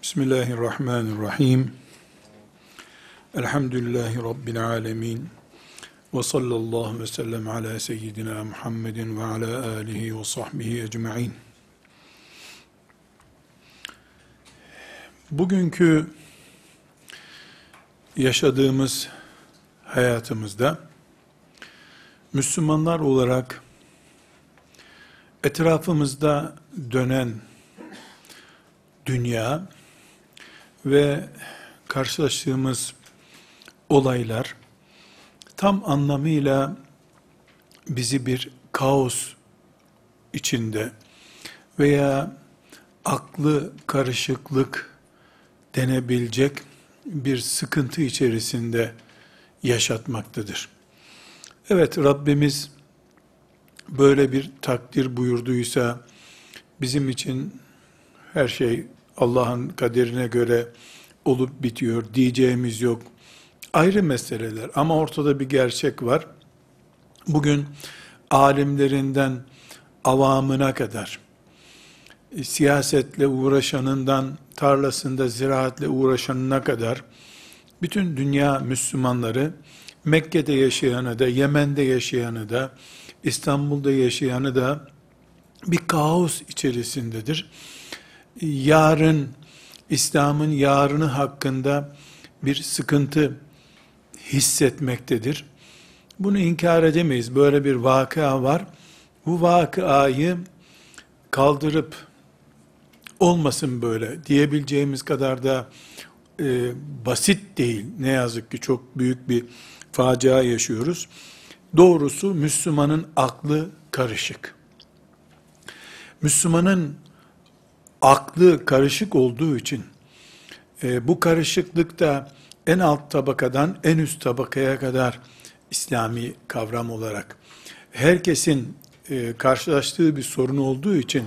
Bismillahirrahmanirrahim. Elhamdülillahi Rabbil alemin. Ve sallallahu ve sellem ala seyyidina Muhammedin ve ala alihi ve sahbihi ecma'in. Bugünkü yaşadığımız hayatımızda Müslümanlar olarak etrafımızda dönen dünya ve karşılaştığımız olaylar tam anlamıyla bizi bir kaos içinde veya aklı karışıklık denebilecek bir sıkıntı içerisinde yaşatmaktadır. Evet, Rabbimiz böyle bir takdir buyurduysa bizim için her şey Allah'ın kaderine göre olup bitiyor, diyeceğimiz yok. Ayrı meseleler ama ortada bir gerçek var. Bugün alimlerinden avamına kadar, siyasetle uğraşanından tarlasında ziraatle uğraşanına kadar, bütün dünya Müslümanları, Mekke'de yaşayanı da, Yemen'de yaşayanı da, İstanbul'da yaşayanı da bir kaos içerisindedir. Yarın, İslam'ın yarını hakkında bir sıkıntı hissetmektedir. Bunu inkar edemeyiz. Böyle bir vakıa var. Bu vakıayı kaldırıp olmasın böyle diyebileceğimiz kadar da basit değil. Ne yazık ki çok büyük bir facia yaşıyoruz. Doğrusu Müslümanın aklı karışık. Müslümanın aklı karışık olduğu için bu karışıklıkta en alt tabakadan en üst tabakaya kadar İslami kavram olarak herkesin karşılaştığı bir sorun olduğu için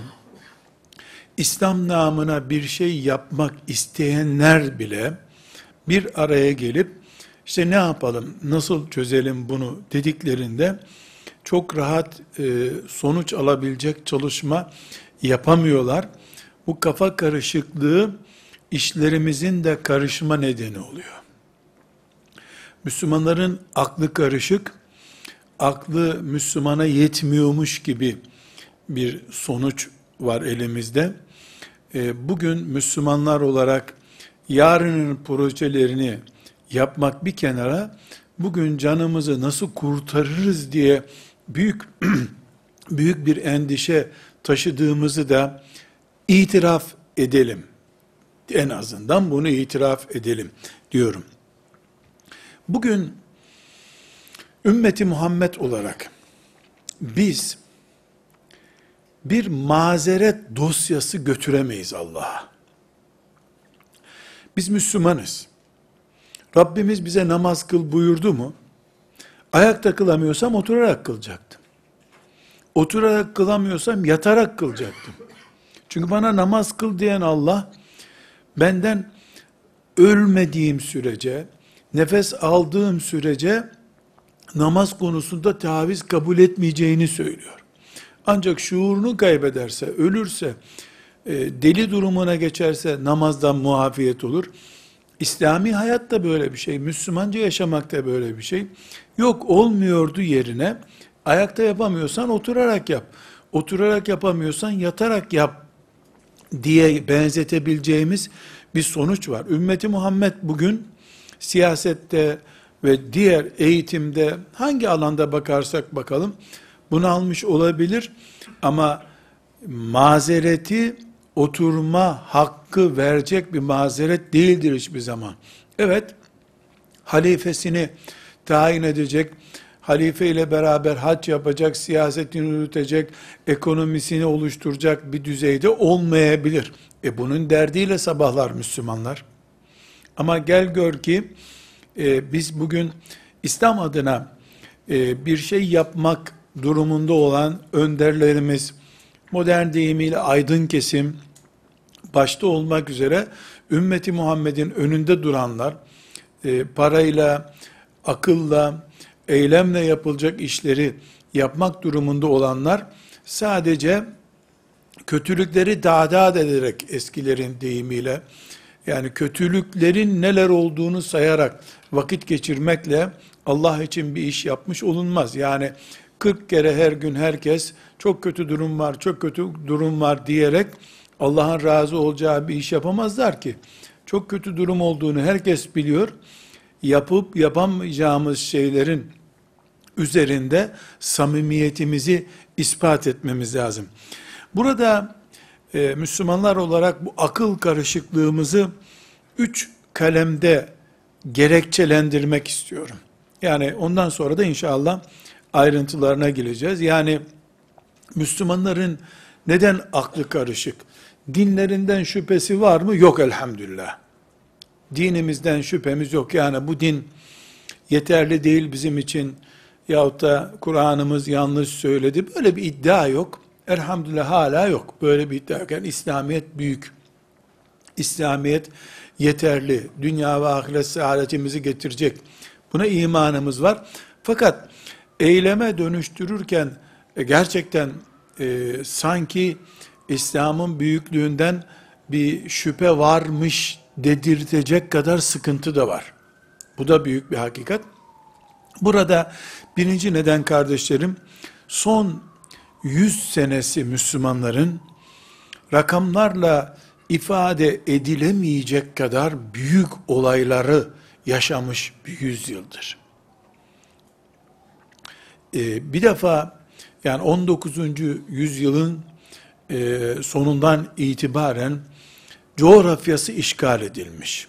İslam namına bir şey yapmak isteyenler bile bir araya gelip işte ne yapalım, nasıl çözelim bunu dediklerinde çok rahat sonuç alabilecek çalışma yapamıyorlar. Bu kafa karışıklığı işlerimizin de karışma nedeni oluyor. Müslümanların aklı karışık, aklı Müslümana yetmiyormuş gibi bir sonuç var elimizde. Bugün Müslümanlar olarak yarının projelerini yapmak bir kenara, bugün canımızı nasıl kurtarırız diye büyük büyük bir endişe taşıdığımızı da itiraf edelim. En azından bunu itiraf edelim diyorum. Bugün ümmeti Muhammed olarak biz bir mazeret dosyası götüremeyiz Allah'a. Biz Müslümanız. Rabbimiz bize namaz kıl buyurdu mu? Ayakta kılamıyorsam oturarak kılacaktım. Oturarak kılamıyorsam yatarak kılacaktım. Çünkü bana namaz kıl diyen Allah, benden ölmediğim sürece, nefes aldığım sürece namaz konusunda taviz kabul etmeyeceğini söylüyor. Ancak şuurunu kaybederse, ölürse, deli durumuna geçerse namazdan muafiyet olur. İslami hayat da böyle bir şey, Müslümanca yaşamak da böyle bir şey. Yok, olmuyordu yerine, ayakta yapamıyorsan oturarak yap, oturarak yapamıyorsan yatarak yap diye benzetebileceğimiz bir sonuç var. Ümmeti Muhammed bugün siyasette ve diğer eğitimde hangi alanda bakarsak bakalım bunalmış olabilir ama mazereti oturma hakkı verecek bir mazeret değildir hiçbir zaman. Evet, halifesini tayin edecek, halife ile beraber hac yapacak, siyasetini yürütecek, ekonomisini oluşturacak bir düzeyde olmayabilir. Bunun derdiyle sabahlar Müslümanlar. Ama gel gör ki biz bugün İslam adına bir şey yapmak durumunda olan önderlerimiz, modern deyimiyle aydın kesim, başta olmak üzere ümmeti Muhammed'in önünde duranlar, parayla, akılla, eylemle yapılacak işleri yapmak durumunda olanlar, sadece kötülükleri dağdat ederek, eskilerin deyimiyle, Yani kötülüklerin neler olduğunu sayarak vakit geçirmekle Allah için bir iş yapmış olunmaz. Yani 40 kere her gün herkes çok kötü durum var, çok kötü durum var diyerek Allah'ın razı olacağı bir iş yapamazlar ki. Çok kötü durum olduğunu herkes biliyor. Yapıp yapamayacağımız şeylerin üzerinde samimiyetimizi ispat etmemiz lazım. Burada Müslümanlar olarak bu akıl karışıklığımızı 3 kalemde gerekçelendirmek istiyorum. Yani ondan sonra da inşallah ayrıntılarına gireceğiz. Yani Müslümanların neden aklı karışık? Dinlerinden şüphesi var mı? Yok elhamdülillah. Dinimizden şüphemiz yok. Yani bu din yeterli değil bizim için yahut da Kur'an'ımız yanlış söyledi. Böyle bir iddia yok. Elhamdülillah hala yok. Böyle bir iddia yok. Yani İslamiyet büyük. İslamiyet yeterli. Dünya ve ahiret saadetimizi getirecek. Buna imanımız var. Fakat eyleme dönüştürürken gerçekten sanki İslam'ın büyüklüğünden bir şüphe varmış dedirtecek kadar sıkıntı da var. Bu da büyük bir hakikat. Burada birinci neden kardeşlerim, son 100 senesi Müslümanların rakamlarla ifade edilemeyecek kadar büyük olayları yaşamış bir yüzyıldır. Bir defa yani 19. yüzyılın sonundan itibaren coğrafyası işgal edilmiş.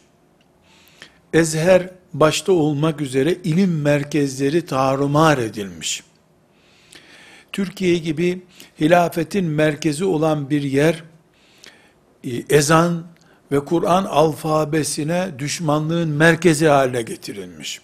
Ezher başta olmak üzere ilim merkezleri tarumar edilmiş. Türkiye gibi hilafetin merkezi olan bir yer, ezan ve Kur'an alfabesine düşmanlığın merkezi haline getirilmiş.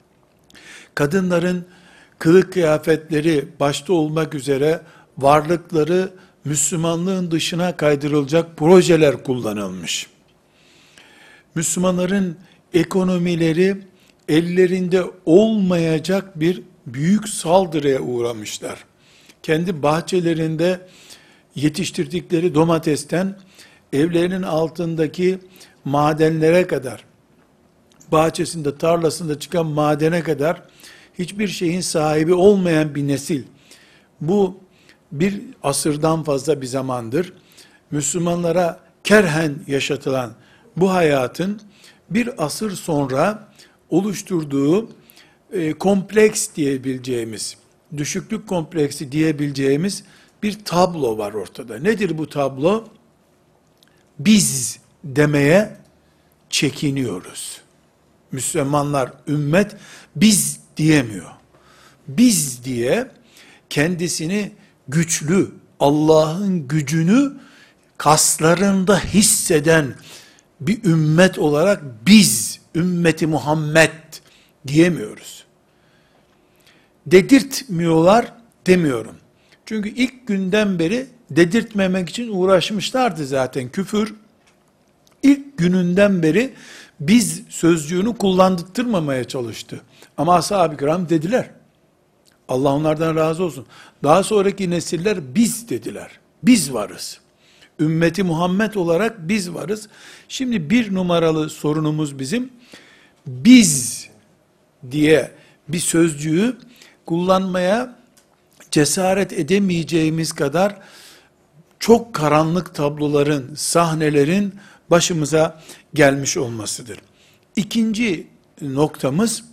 Kadınların kılık kıyafetleri başta olmak üzere varlıkları Müslümanlığın dışına kaydırılacak projeler kullanılmış. Müslümanların ekonomileri ellerinde olmayacak bir büyük saldırıya uğramışlar. Kendi bahçelerinde yetiştirdikleri domatesten evlerinin altındaki madenlere kadar, bahçesinde, tarlasında çıkan madene kadar hiçbir şeyin sahibi olmayan bir nesil. Bu bir asırdan fazla bir zamandır Müslümanlara kerhen yaşatılan bu hayatın bir asır sonra oluşturduğu kompleks diyebileceğimiz, düşüklük kompleksi diyebileceğimiz bir tablo var ortada. Nedir bu tablo? Biz demeye çekiniyoruz. Müslümanlar, ümmet biz diyemiyor. Biz diye kendisini güçlü, Allah'ın gücünü kaslarında hisseden bir ümmet olarak biz, ümmeti Muhammed diyemiyoruz. Dedirtmiyorlar demiyorum. Çünkü ilk günden beri dedirtmemek için uğraşmışlardı zaten. Küfür ilk gününden beri biz sözcüğünü kullandırtmamaya çalıştı. Ama ashab-ı kiram dediler. Allah onlardan razı olsun. Daha sonraki nesiller biz dediler. Biz varız. Ümmeti Muhammed olarak biz varız. Şimdi bir numaralı sorunumuz bizim, biz diye bir sözcüğü kullanmaya cesaret edemeyeceğimiz kadar çok karanlık tabloların, sahnelerin başımıza gelmiş olmasıdır. İkinci noktamız,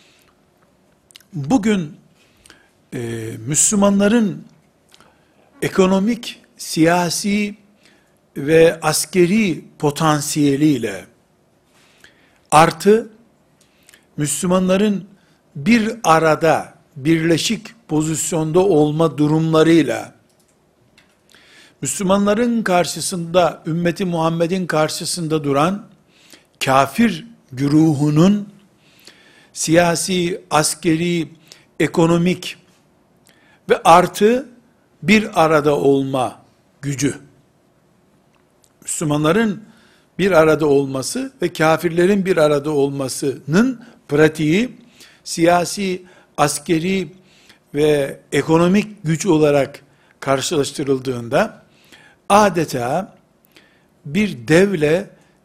bugün Müslümanların ekonomik, siyasi ve askeri potansiyeliyle artı Müslümanların bir arada birleşik pozisyonda olma durumlarıyla Müslümanların karşısında, ümmeti Muhammed'in karşısında duran kafir güruhunun siyasi, askeri, ekonomik ve artı bir arada olma gücü, Müslümanların bir arada olması ve kafirlerin bir arada olmasının pratiği, siyasi, askeri ve ekonomik güç olarak karşılaştırıldığında, adeta bir devle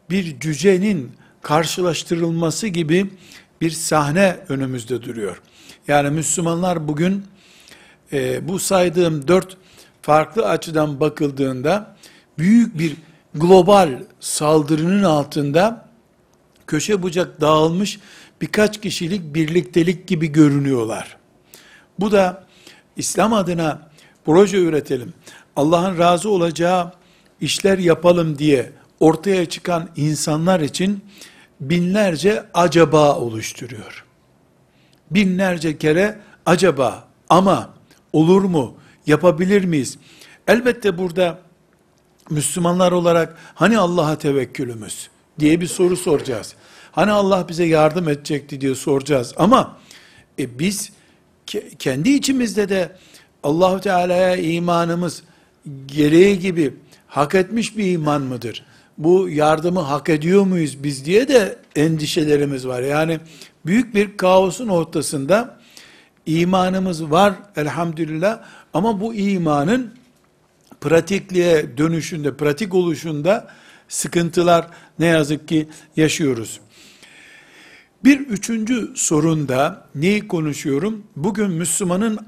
bir cücenin karşılaştırılması gibi bir sahne önümüzde duruyor. Yani Müslümanlar bugün bu saydığım 4 farklı açıdan bakıldığında büyük bir global saldırının altında köşe bucak dağılmış birkaç kişilik birliktelik gibi görünüyorlar. Bu da İslam adına proje üretelim, Allah'ın razı olacağı işler yapalım diye ortaya çıkan insanlar için binlerce acaba oluşturuyor. Binlerce kere acaba, ama olur mu, yapabilir miyiz? Elbette burada Müslümanlar olarak hani Allah'a tevekkülümüz diye bir soru soracağız. Hani Allah bize yardım edecekti diye soracağız. Ama biz kendi içimizde de Allahu Teala'ya imanımız gereği gibi hak etmiş bir iman mıdır? Bu yardımı hak ediyor muyuz biz diye de endişelerimiz var. Yani büyük bir kaosun ortasında imanımız var elhamdülillah, ama bu imanın pratikliğe dönüşünde, pratik oluşunda sıkıntılar ne yazık ki yaşıyoruz. Bir üçüncü sorunda neyi konuşuyorum? Bugün Müslümanın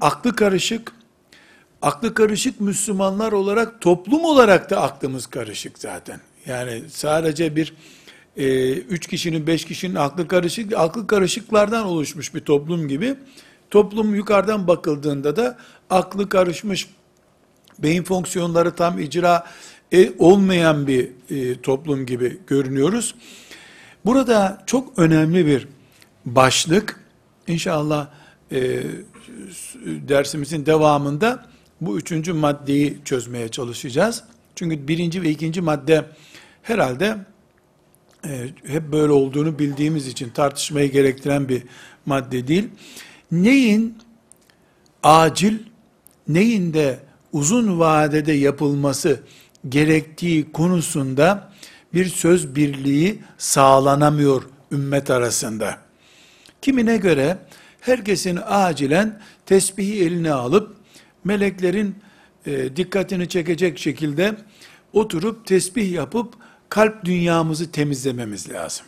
aklı karışık Müslümanlar olarak, toplum olarak da aklımız karışık zaten. Yani sadece bir 3 kişinin, 5 kişinin aklı karışık, aklı karışıklardan oluşmuş bir toplum gibi. Toplum yukarıdan bakıldığında da aklı karışmış, beyin fonksiyonları tam icra olmayan bir toplum gibi görünüyoruz. Burada çok önemli bir başlık, İnşallah dersimizin devamında bu üçüncü maddeyi çözmeye çalışacağız. Çünkü birinci ve ikinci madde herhalde hep böyle olduğunu bildiğimiz için tartışmayı gerektiren bir madde değil. Neyin acil, neyin de uzun vadede yapılması gerektiği konusunda bir söz birliği sağlanamıyor ümmet arasında. Kimine göre herkesin acilen tesbihi eline alıp meleklerin dikkatini çekecek şekilde oturup tesbih yapıp kalp dünyamızı temizlememiz lazım.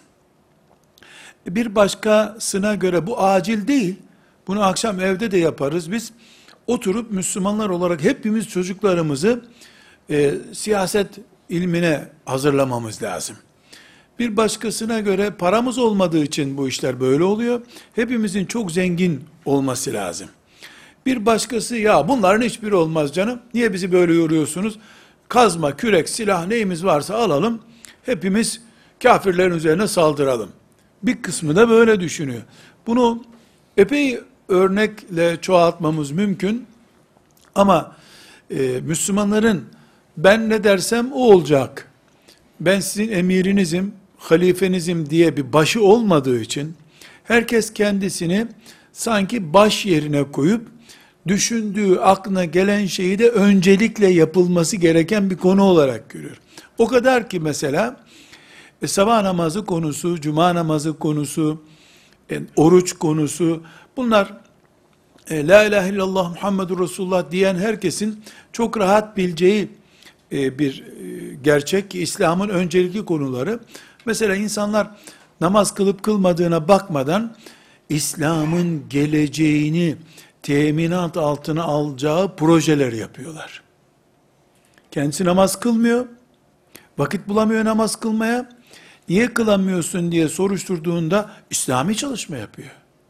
Bir başkasına göre bu acil değil. Bunu akşam evde de yaparız biz. Oturup Müslümanlar olarak hepimiz çocuklarımızı siyaset ilmine hazırlamamız lazım. Bir başkasına göre paramız olmadığı için bu işler böyle oluyor. Hepimizin çok zengin olması lazım. Bir başkası, ya bunların hiçbiri olmaz canım, niye bizi böyle yoruyorsunuz? Kazma, kürek, silah neyimiz varsa alalım, hepimiz kafirlerin üzerine saldıralım. Bir kısmı da böyle düşünüyor. Bunu epey örnekle çoğaltmamız mümkün. Ama Müslümanların ben ne dersem o olacak, ben sizin emirinizim, halifenizim diye bir başı olmadığı için herkes kendisini sanki baş yerine koyup düşündüğü, aklına gelen şeyi de öncelikle yapılması gereken bir konu olarak görüyor. O kadar ki mesela sabah namazı konusu, cuma namazı konusu, oruç konusu, bunlar la ilahe illallah Muhammedur Resulullah diyen herkesin çok rahat bileceği bir gerçek ki İslam'ın öncelikli konuları. Mesela insanlar namaz kılıp kılmadığına bakmadan İslam'ın geleceğini teminat altına alacağı projeler yapıyorlar. Kendisi namaz kılmıyor, vakit bulamıyor namaz kılmaya. Niye kılamıyorsun diye soruşturduğunda İslami çalışma yapıyor.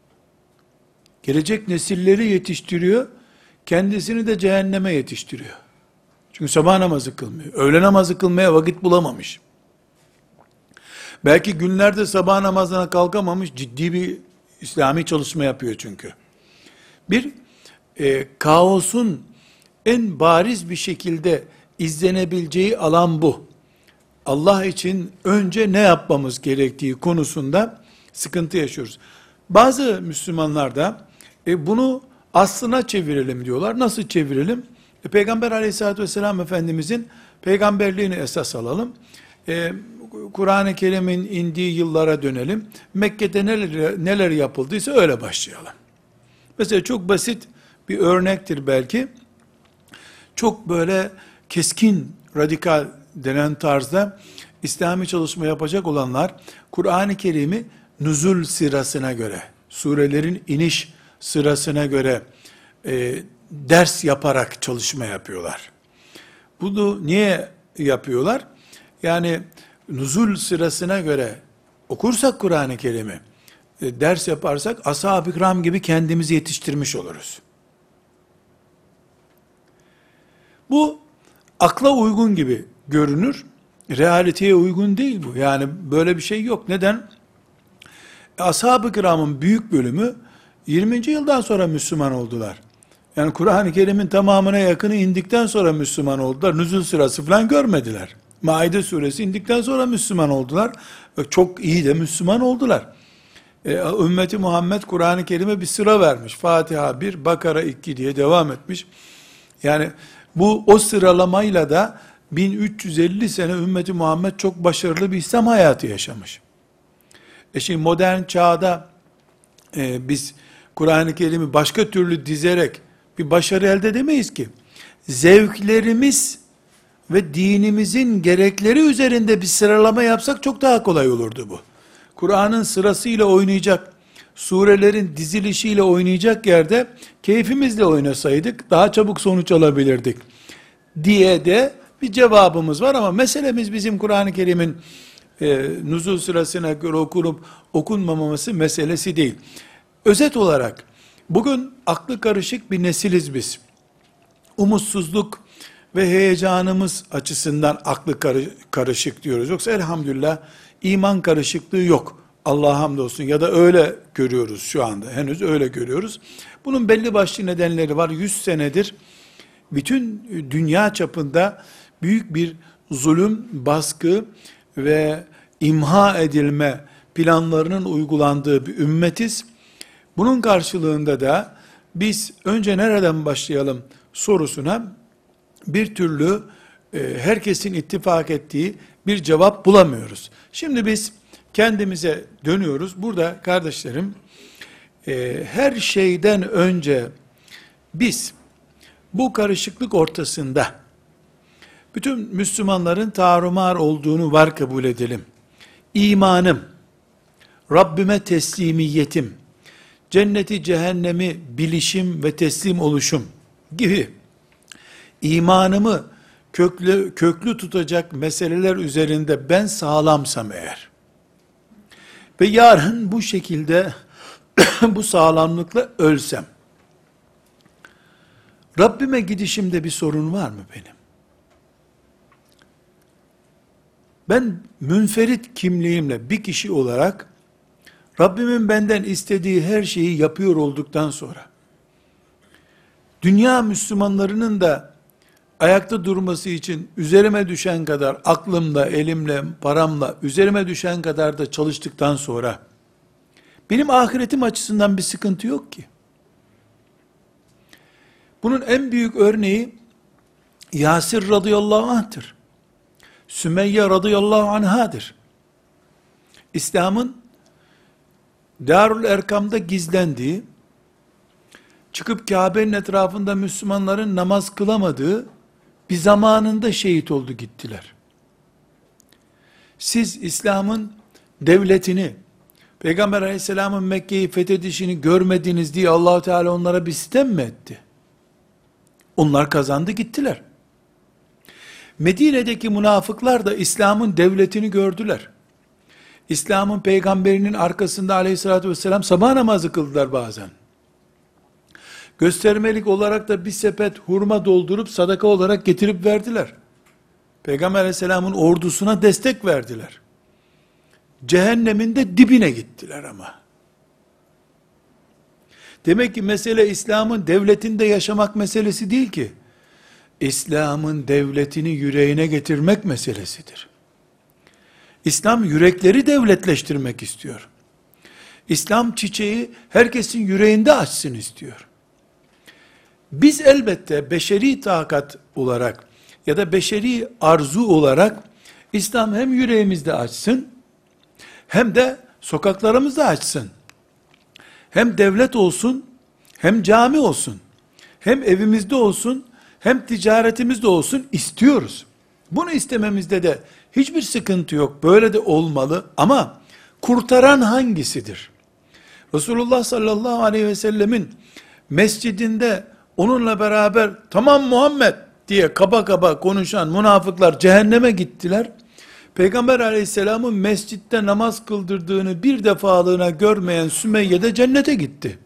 Gelecek nesilleri yetiştiriyor, kendisini de cehenneme yetiştiriyor. Çünkü sabah namazı kılmıyor, öğle namazı kılmaya vakit bulamamış. Belki günlerde sabah namazına kalkamamış, ciddi bir İslami çalışma yapıyor çünkü. Bir kaosun en bariz bir şekilde izlenebileceği alan bu. Allah için önce ne yapmamız gerektiği konusunda sıkıntı yaşıyoruz. Bazı Müslümanlar da bunu aslına çevirelim diyorlar. Nasıl çevirelim? Peygamber aleyhissalatü vesselam Efendimizin peygamberliğini esas alalım. Kur'an-ı Kerim'in indiği yıllara dönelim. Mekke'de neler yapıldıysa öyle başlayalım. Mesela çok basit bir örnektir belki. Çok böyle keskin, radikal denen tarzda İslami çalışma yapacak olanlar, Kur'an-ı Kerim'i nüzul sırasına göre, surelerin iniş sırasına göre ders yaparak çalışma yapıyorlar. Bunu niye yapıyorlar? Yani nüzul sırasına göre okursak Kur'an-ı Kerim'i, ders yaparsak ashab-ı kiram gibi kendimizi yetiştirmiş oluruz. Bu akla uygun gibi görünür. Realiteye uygun değil bu. Yani böyle bir şey yok. Neden? Ashab-ı kiramın büyük bölümü 20. yıldan sonra Müslüman oldular. Yani Kur'an-ı Kerim'in tamamına yakını indikten sonra Müslüman oldular. Nüzul sırası falan görmediler. Maide suresi indikten sonra Müslüman oldular. Ve çok iyi de Müslüman oldular. Ümmeti Muhammed Kur'an-ı Kerim'e bir sıra vermiş. Fatiha 1, Bakara 2 diye devam etmiş. Yani o sıralamayla da 1350 sene ümmeti Muhammed çok başarılı bir İslam hayatı yaşamış. Şimdi modern çağda biz Kur'an-ı Kerim'i başka türlü dizerek bir başarı elde edemeyiz ki. Zevklerimiz ve dinimizin gerekleri üzerinde bir sıralama yapsak çok daha kolay olurdu bu. Kur'an'ın sırasıyla oynayacak, surelerin dizilişiyle oynayacak yerde keyfimizle oynasaydık daha çabuk sonuç alabilirdik diye de bir cevabımız var ama meselemiz bizim Kur'an-ı Kerim'in nüzul sırasına göre okunup okunmaması meselesi değil. Özet olarak bugün aklı karışık bir nesiliz biz. Umutsuzluk ve heyecanımız açısından aklı karışık diyoruz. Yoksa elhamdülillah iman karışıklığı yok. Allah'a hamdolsun, ya da öyle görüyoruz şu anda. Henüz öyle görüyoruz. Bunun belli başlı nedenleri var. 100 senedir bütün dünya çapında büyük bir zulüm, baskı ve imha edilme planlarının uygulandığı bir ümmetiz. Bunun karşılığında da biz önce nereden başlayalım sorusuna bir türlü herkesin ittifak ettiği bir cevap bulamıyoruz. Şimdi biz kendimize dönüyoruz. Burada kardeşlerim, her şeyden önce biz bu karışıklık ortasında bütün Müslümanların tarumar olduğunu var kabul edelim. İmanım, Rabbime teslimiyetim, cenneti cehennemi bilişim ve teslim oluşum gibi imanımı köklü tutacak meseleler üzerinde ben sağlamsam eğer ve yarın bu şekilde bu sağlamlıkla ölsem, Rabbime gidişimde bir sorun var mı benim? Ben münferit kimliğimle bir kişi olarak Rabbimin benden istediği her şeyi yapıyor olduktan sonra dünya Müslümanlarının da ayakta durması için üzerime düşen kadar aklımla, elimle, paramla üzerime düşen kadar da çalıştıktan sonra benim ahiretim açısından bir sıkıntı yok ki. Bunun en büyük örneği Yasir radıyallahu anh'tır. Sümeyye radıyallahu anhadır. İslam'ın Darül Erkam'da gizlendiği, çıkıp Kabe'nin etrafında Müslümanların namaz kılamadığı bir zamanında şehit oldu gittiler. Siz İslam'ın devletini, Peygamber aleyhisselamın Mekke'yi fethedişini görmediniz diye Allah-u Teala onlara bir sitem mi etti? Onlar kazandı gittiler. Medine'deki münafıklar da İslam'ın devletini gördüler. İslam'ın peygamberinin arkasında aleyhissalatü vesselam sabah namazı kıldılar bazen. Göstermelik olarak da bir sepet hurma doldurup sadaka olarak getirip verdiler. Peygamber aleyhisselamın ordusuna destek verdiler. Cehennemin de dibine gittiler ama. Demek ki mesele İslam'ın devletinde yaşamak meselesi değil ki. İslam'ın devletini yüreğine getirmek meselesidir. İslam yürekleri devletleştirmek istiyor. İslam çiçeği herkesin yüreğinde açsın istiyor. Biz elbette beşeri takat olarak ya da beşeri arzu olarak İslam hem yüreğimizde açsın hem de sokaklarımızda açsın. Hem devlet olsun hem cami olsun. Hem evimizde olsun hem ticaretimizde olsun istiyoruz. Bunu istememizde de hiçbir sıkıntı yok. Böyle de olmalı ama kurtaran hangisidir? Resulullah sallallahu aleyhi ve sellemin mescidinde onunla beraber tamam Muhammed diye kaba kaba konuşan münafıklar cehenneme gittiler. Peygamber aleyhisselamın mescitte namaz kıldırdığını bir defalığına görmeyen Sümeyye de cennete gitti.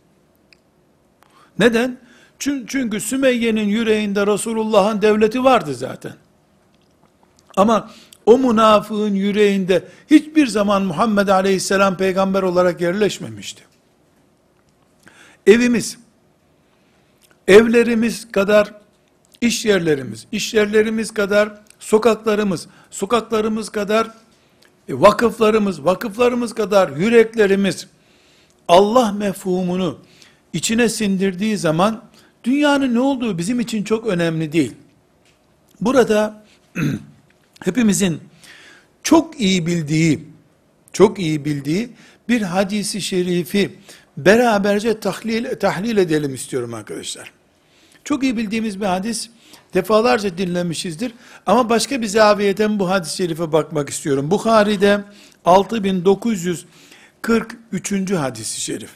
Neden? Çünkü Sümeyye'nin yüreğinde Resulullah'ın devleti vardı zaten. Ama o münafığın yüreğinde hiçbir zaman Muhammed Aleyhisselam peygamber olarak yerleşmemişti. Evimiz, evlerimiz kadar iş yerlerimiz, iş yerlerimiz kadar sokaklarımız, sokaklarımız kadar vakıflarımız, vakıflarımız kadar yüreklerimiz Allah mefhumunu içine sindirdiği zaman dünyanın ne olduğu bizim için çok önemli değil. Burada hepimizin çok iyi bildiği bir hadisi şerifi beraberce tahlil edelim istiyorum arkadaşlar. Çok iyi bildiğimiz bir hadis, defalarca dinlemişizdir ama başka bir zaviyeden bu hadis-i şerife bakmak istiyorum. Bukhari'de 6943. hadis-i şerif.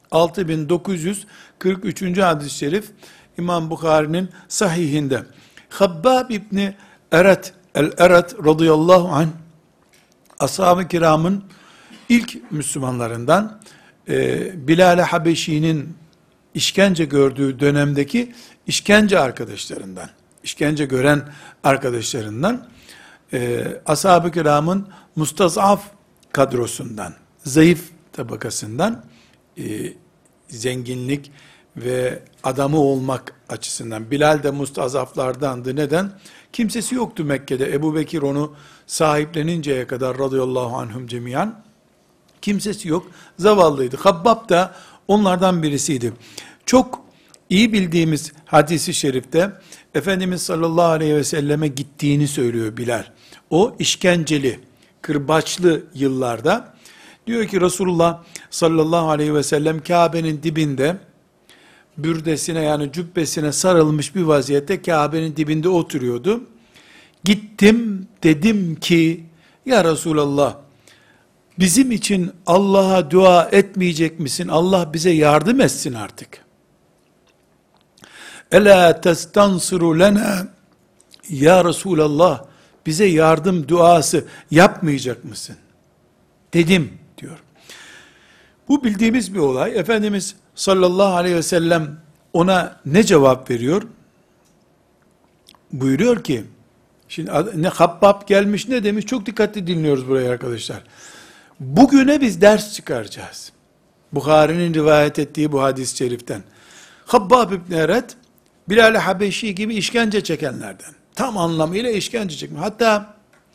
6943. hadis-i şerif İmam Bukhari'nin sahihinde. Habbab İbni Eret el-Eret radıyallahu anh, ashab-ı kiramın ilk Müslümanlarından, Bilal-i Habeşi'nin işkence gördüğü dönemdeki işkence arkadaşlarından, işkence gören arkadaşlarından, ashab-ı kiramın mustazaf kadrosundan, zayıf tabakasından, zenginlik ve adamı olmak açısından. Bilal de mustazaflardandı. Neden? Kimsesi yoktu Mekke'de. Ebu Bekir onu sahipleninceye kadar radıyallahu anhum cemiyan. Kimsesi yok. Zavallıydı. Habbab da onlardan birisiydi. Çok iyi bildiğimiz hadisi şerifte Efendimiz sallallahu aleyhi ve selleme gittiğini söylüyor Bilal. O işkenceli, kırbaçlı yıllarda diyor ki Resulullah sallallahu aleyhi ve sellem Kabe'nin dibinde bürdesine yani cübbesine sarılmış bir vaziyette Kabe'nin dibinde oturuyordu. Gittim dedim ki ya Resulallah bizim için Allah'a dua etmeyecek misin? Allah bize yardım etsin artık. Ela testansiru lena ya Resulallah bize yardım duası yapmayacak mısın? Dedim diyor. Bu bildiğimiz bir olay. Efendimiz sallallahu aleyhi ve sellem ona ne cevap veriyor? Buyuruyor ki, şimdi ne Habbab gelmiş ne demiş çok dikkatli dinliyoruz burayı arkadaşlar. Bugüne biz ders çıkaracağız. Bukhari'nin rivayet ettiği bu hadis-i şeriften. Habbab İbni Eret, Bilal-i Habeşi gibi işkence çekenlerden. Tam anlamıyla işkence çekmiş. Hatta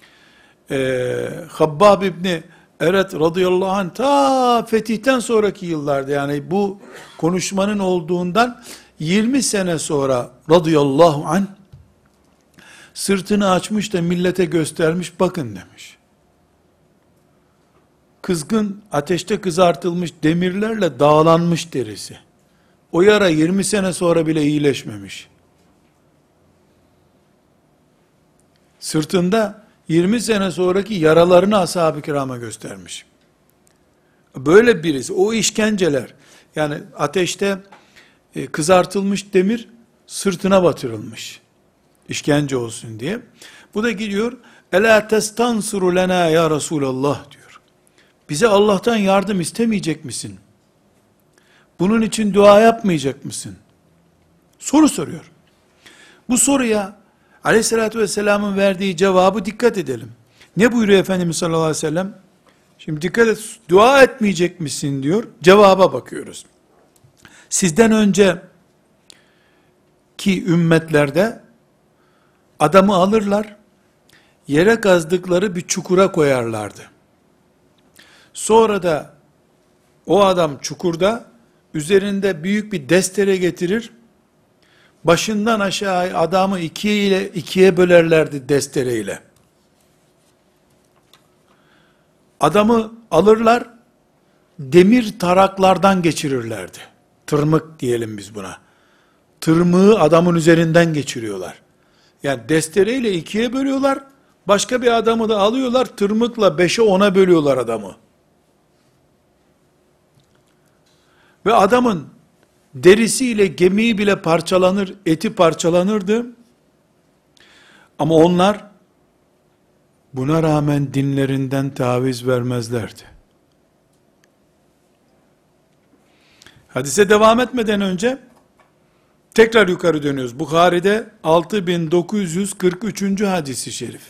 Habbab İbni Eret radıyallahu anh ta fetihten sonraki yıllarda yani bu konuşmanın olduğundan 20 sene sonra radıyallahu anh sırtını açmış da millete göstermiş bakın demiş. Kızgın ateşte kızartılmış demirlerle dağlanmış derisi. O yara 20 sene sonra bile iyileşmemiş. Sırtında 20 sene sonraki yaralarını ashab-ı kirama göstermiş. Böyle birisi, o işkenceler, yani ateşte kızartılmış demir sırtına batırılmış. İşkence olsun diye. Bu da gidiyor, Ela testansuru lena ya Resulallah diyor. Bize Allah'tan yardım istemeyecek misin? Bunun için dua yapmayacak mısın? Soru soruyor. Bu soruya Aleyhisselatü Vesselam'ın verdiği cevabı dikkat edelim. Ne buyuruyor Efendimiz sallallahu aleyhi ve sellem? Şimdi dikkat et, dua etmeyecek misin diyor. Cevaba bakıyoruz. Sizden önceki ümmetlerde adamı alırlar, yere kazdıkları bir çukura koyarlardı. Sonra da o adam çukurda üzerinde büyük bir destere getirir, başından aşağı adamı ikiye bölerlerdi destereyle. Adamı alırlar, demir taraklardan geçirirlerdi. Tırmık diyelim biz buna. Tırmığı adamın üzerinden geçiriyorlar. Yani destereyle ikiye bölüyorlar, başka bir adamı da alıyorlar, tırmıkla 5'e 10'a bölüyorlar adamı. Ve adamın derisiyle gemiği bile parçalanır, eti parçalanırdı. Ama onlar buna rağmen dinlerinden taviz vermezlerdi. Hadise devam etmeden önce tekrar yukarı dönüyoruz. Bukhari'de 6943. hadisi şerif.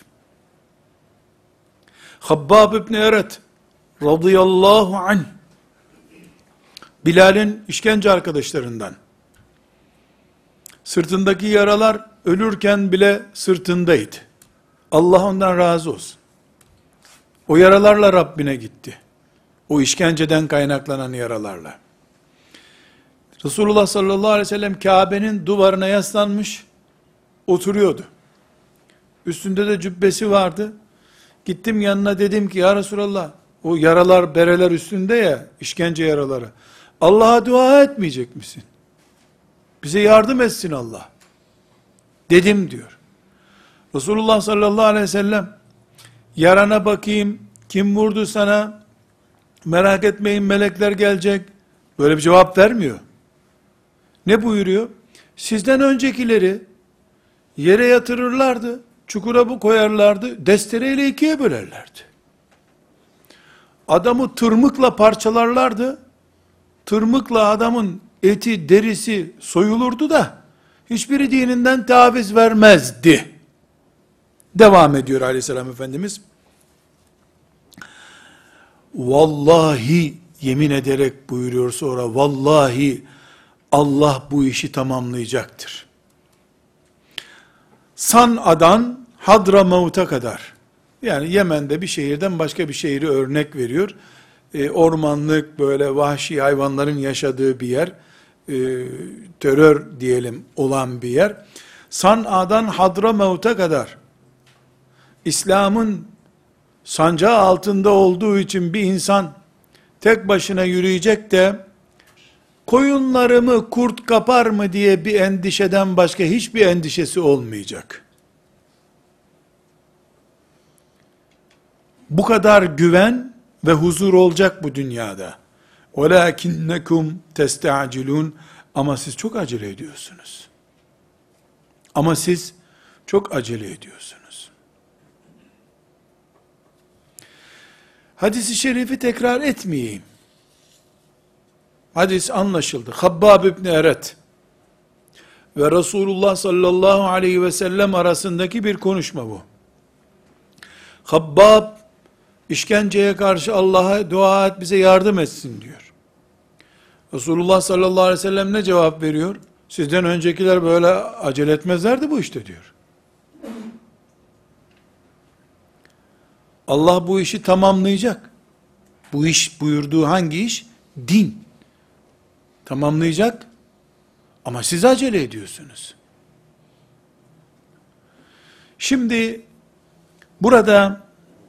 Habbab ibn Eret radıyallahu anh, Bilal'in işkence arkadaşlarından. Sırtındaki yaralar ölürken bile sırtındaydı. Allah ondan razı olsun. O yaralarla Rabbine gitti. O işkenceden kaynaklanan yaralarla. Resulullah sallallahu aleyhi ve sellem Kabe'nin duvarına yaslanmış, oturuyordu. Üstünde de cübbesi vardı. Gittim yanına, dedim ki ya Resulallah, o yaralar, bereler üstünde ya, işkence yaraları. Allah'a dua etmeyecek misin? Bize yardım etsin Allah. Dedim diyor. Resulullah sallallahu aleyhi ve sellem, yarana bakayım, kim vurdu sana, merak etmeyin melekler gelecek. Böyle bir cevap vermiyor. Ne buyuruyor? Sizden öncekileri yere yatırırlardı, çukura bu koyarlardı, destereyle ikiye bölerlerdi. Adamı tırmıkla parçalarlardı, tırmıkla adamın eti, derisi soyulurdu da, hiçbiri dininden taviz vermezdi. Devam ediyor aleyhisselam Efendimiz. Vallahi, yemin ederek buyuruyor sonra, vallahi Allah bu işi tamamlayacaktır. San'a'dan Hadramavut'a kadar, yani Yemen'de bir şehirden başka bir şehri örnek veriyor. Ormanlık, böyle vahşi hayvanların yaşadığı bir yer, terör diyelim olan bir yer. San'a'dan Hadramavut'a kadar, İslam'ın sancağı altında olduğu için bir insan tek başına yürüyecek de, koyunlarımı kurt kapar mı diye bir endişeden başka hiçbir endişesi olmayacak. Bu kadar güven ve huzur olacak bu dünyada. وَلَاكِنَّكُمْ تَسْتَعْجِلُونَ Ama siz çok acele ediyorsunuz. Ama siz çok acele ediyorsunuz. Hadis-i şerifi tekrar etmeyeyim. Hadis anlaşıldı. Habbab ibn Eret ve Resulullah sallallahu aleyhi ve sellem arasındaki bir konuşma bu. Habbab, işkenceye karşı Allah'a dua et, bize yardım etsin diyor. Resulullah sallallahu aleyhi ve sellem ne cevap veriyor? Sizden öncekiler böyle acele etmezlerdi bu işte diyor. Allah bu işi tamamlayacak. Bu iş, buyurduğu hangi iş? Din. Tamamlayacak. Ama siz acele ediyorsunuz. Şimdi burada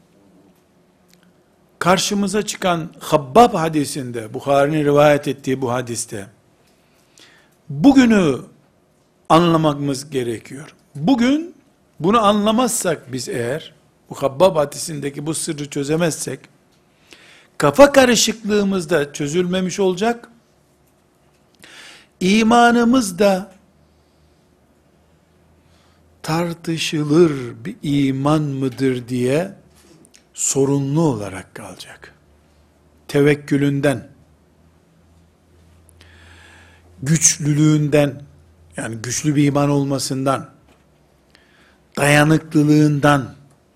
karşımıza çıkan Habbab hadisinde, Bukhari'nin rivayet ettiği bu hadiste, bugünü anlamamız gerekiyor. Bugün bunu anlamazsak biz eğer, bu Habbab hadisindeki bu sırrı çözemezsek, kafa karışıklığımız da çözülmemiş olacak, İmanımız da tartışılır bir iman mıdır diye sorunlu olarak kalacak. Tevekkülünden, güçlülüğünden, yani güçlü bir iman olmasından, dayanıklılığından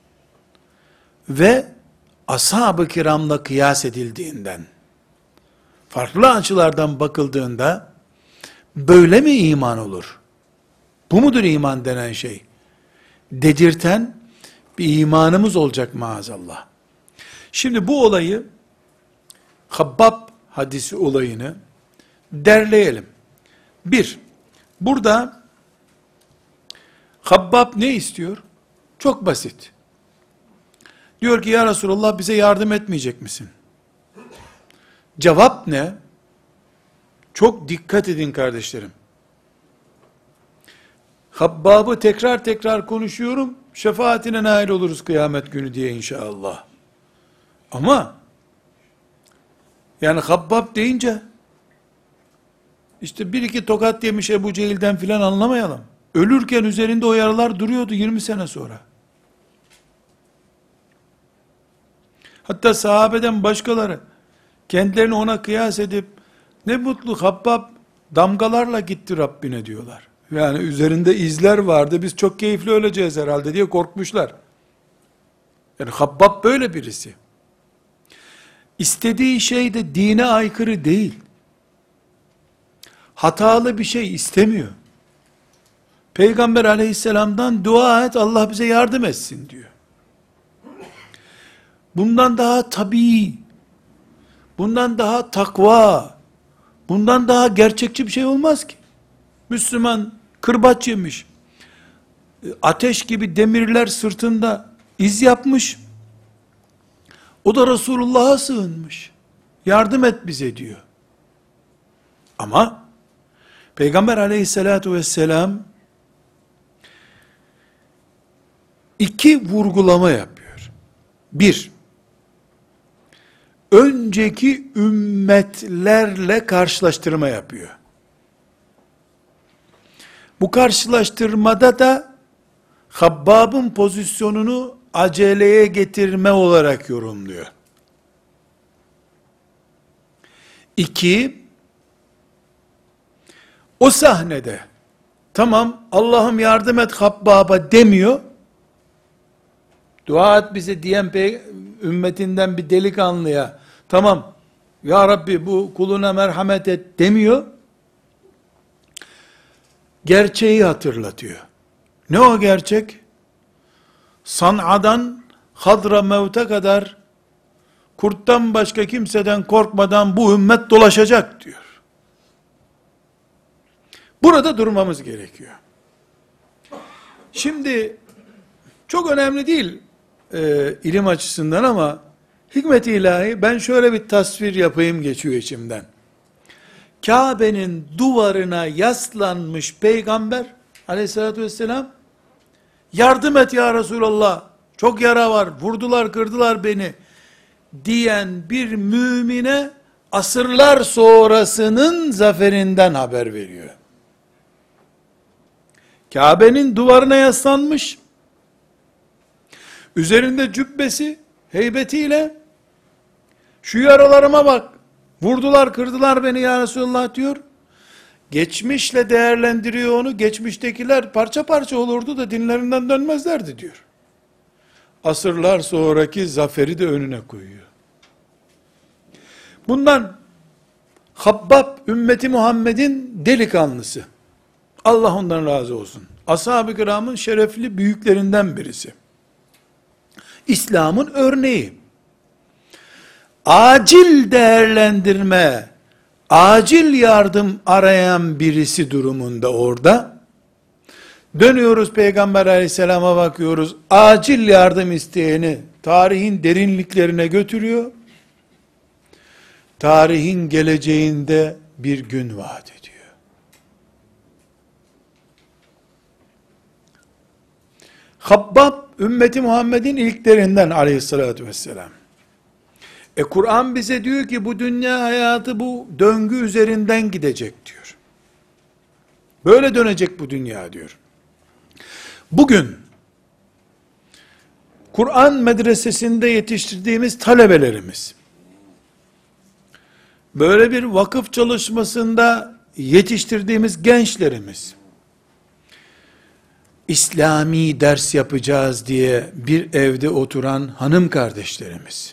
ve ashab-ı kiramla kıyas edildiğinden, farklı açılardan bakıldığında, böyle mi iman olur? Bu mudur iman denen şey? Dedirten bir imanımız olacak maazallah. Şimdi bu olayı, Habbab hadisi olayını derleyelim. Bir, burada Habbab ne istiyor? Çok basit. Diyor ki ya Resulallah bize yardım etmeyecek misin? Cevap ne? Çok dikkat edin kardeşlerim. Habbab'ı tekrar tekrar konuşuyorum, şefaatine nail oluruz kıyamet günü diye inşallah. Ama, yani Habbab deyince, işte bir iki tokat yemiş Ebu Cehil'den filan anlamayalım. Ölürken üzerinde o yaralar duruyordu 20 sene sonra. Hatta sahabeden başkaları, kendilerini ona kıyas edip, ne mutlu Habbab damgalarla gitti Rabbine diyorlar. Yani üzerinde izler vardı, biz çok keyifli öleceğiz herhalde diye korkmuşlar. Yani Habbab böyle birisi. İstediği şey de dine aykırı değil. Hatalı bir şey istemiyor. Peygamber aleyhisselamdan dua et, Allah bize yardım etsin diyor. Bundan daha tabii, bundan daha takva, bundan daha gerçekçi bir şey olmaz ki. Müslüman kırbaç yemiş, ateş gibi demirler sırtında iz yapmış, o da Resulullah'a sığınmış. Yardım et bize diyor. Ama Peygamber aleyhissalatu vesselam iki vurgulama yapıyor. Bir, önceki ümmetlerle karşılaştırma yapıyor. Bu karşılaştırmada da Habbab'ın pozisyonunu aceleye getirme olarak yorumluyor. İki, o sahnede tamam Allah'ım yardım et Habbab'a demiyor, dua et bize diyen ümmetinden bir delikanlıya tamam ya Rabbi bu kuluna merhamet et demiyor, gerçeği hatırlatıyor. Ne o gerçek? San'a'dan Hadramevt'e kadar kurttan başka kimseden korkmadan bu ümmet dolaşacak diyor. Burada durmamız gerekiyor. Şimdi çok önemli değil ilim açısından ama hikmet-i ilahi ben şöyle bir tasvir yapayım geçiyor içimden. Kabe'nin duvarına yaslanmış peygamber aleyhissalatü vesselam yardım et ya Resulallah çok yara var vurdular kırdılar beni diyen bir mümine asırlar sonrasının zaferinden haber veriyor. Kabe'nin duvarına yaslanmış, üzerinde cübbesi, heybetiyle, şu yaralarıma bak, vurdular kırdılar beni ya Resulallah diyor. Geçmişle değerlendiriyor onu, geçmiştekiler parça parça olurdu da dinlerinden dönmezlerdi diyor. Asırlar sonraki zaferi de önüne koyuyor. Bundan Habbab ümmeti Muhammed'in delikanlısı. Allah ondan razı olsun. Ashab-ı kiramın şerefli büyüklerinden birisi. İslam'ın örneği. Acil değerlendirme, acil yardım arayan birisi durumunda orada. Dönüyoruz Peygamber aleyhisselama bakıyoruz. Acil yardım isteyeni tarihin derinliklerine götürüyor. Tarihin geleceğinde bir gün vaat ediyor. Habbab, ümmeti Muhammed'in ilklerinden aleyhissalatü vesselam. Kur'an bize diyor ki bu dünya hayatı bu döngü üzerinden gidecek diyor. Böyle dönecek bu dünya diyor. Bugün Kur'an medresesinde yetiştirdiğimiz talebelerimiz, böyle bir vakıf çalışmasında yetiştirdiğimiz gençlerimiz, İslami ders yapacağız diye bir evde oturan hanım kardeşlerimiz,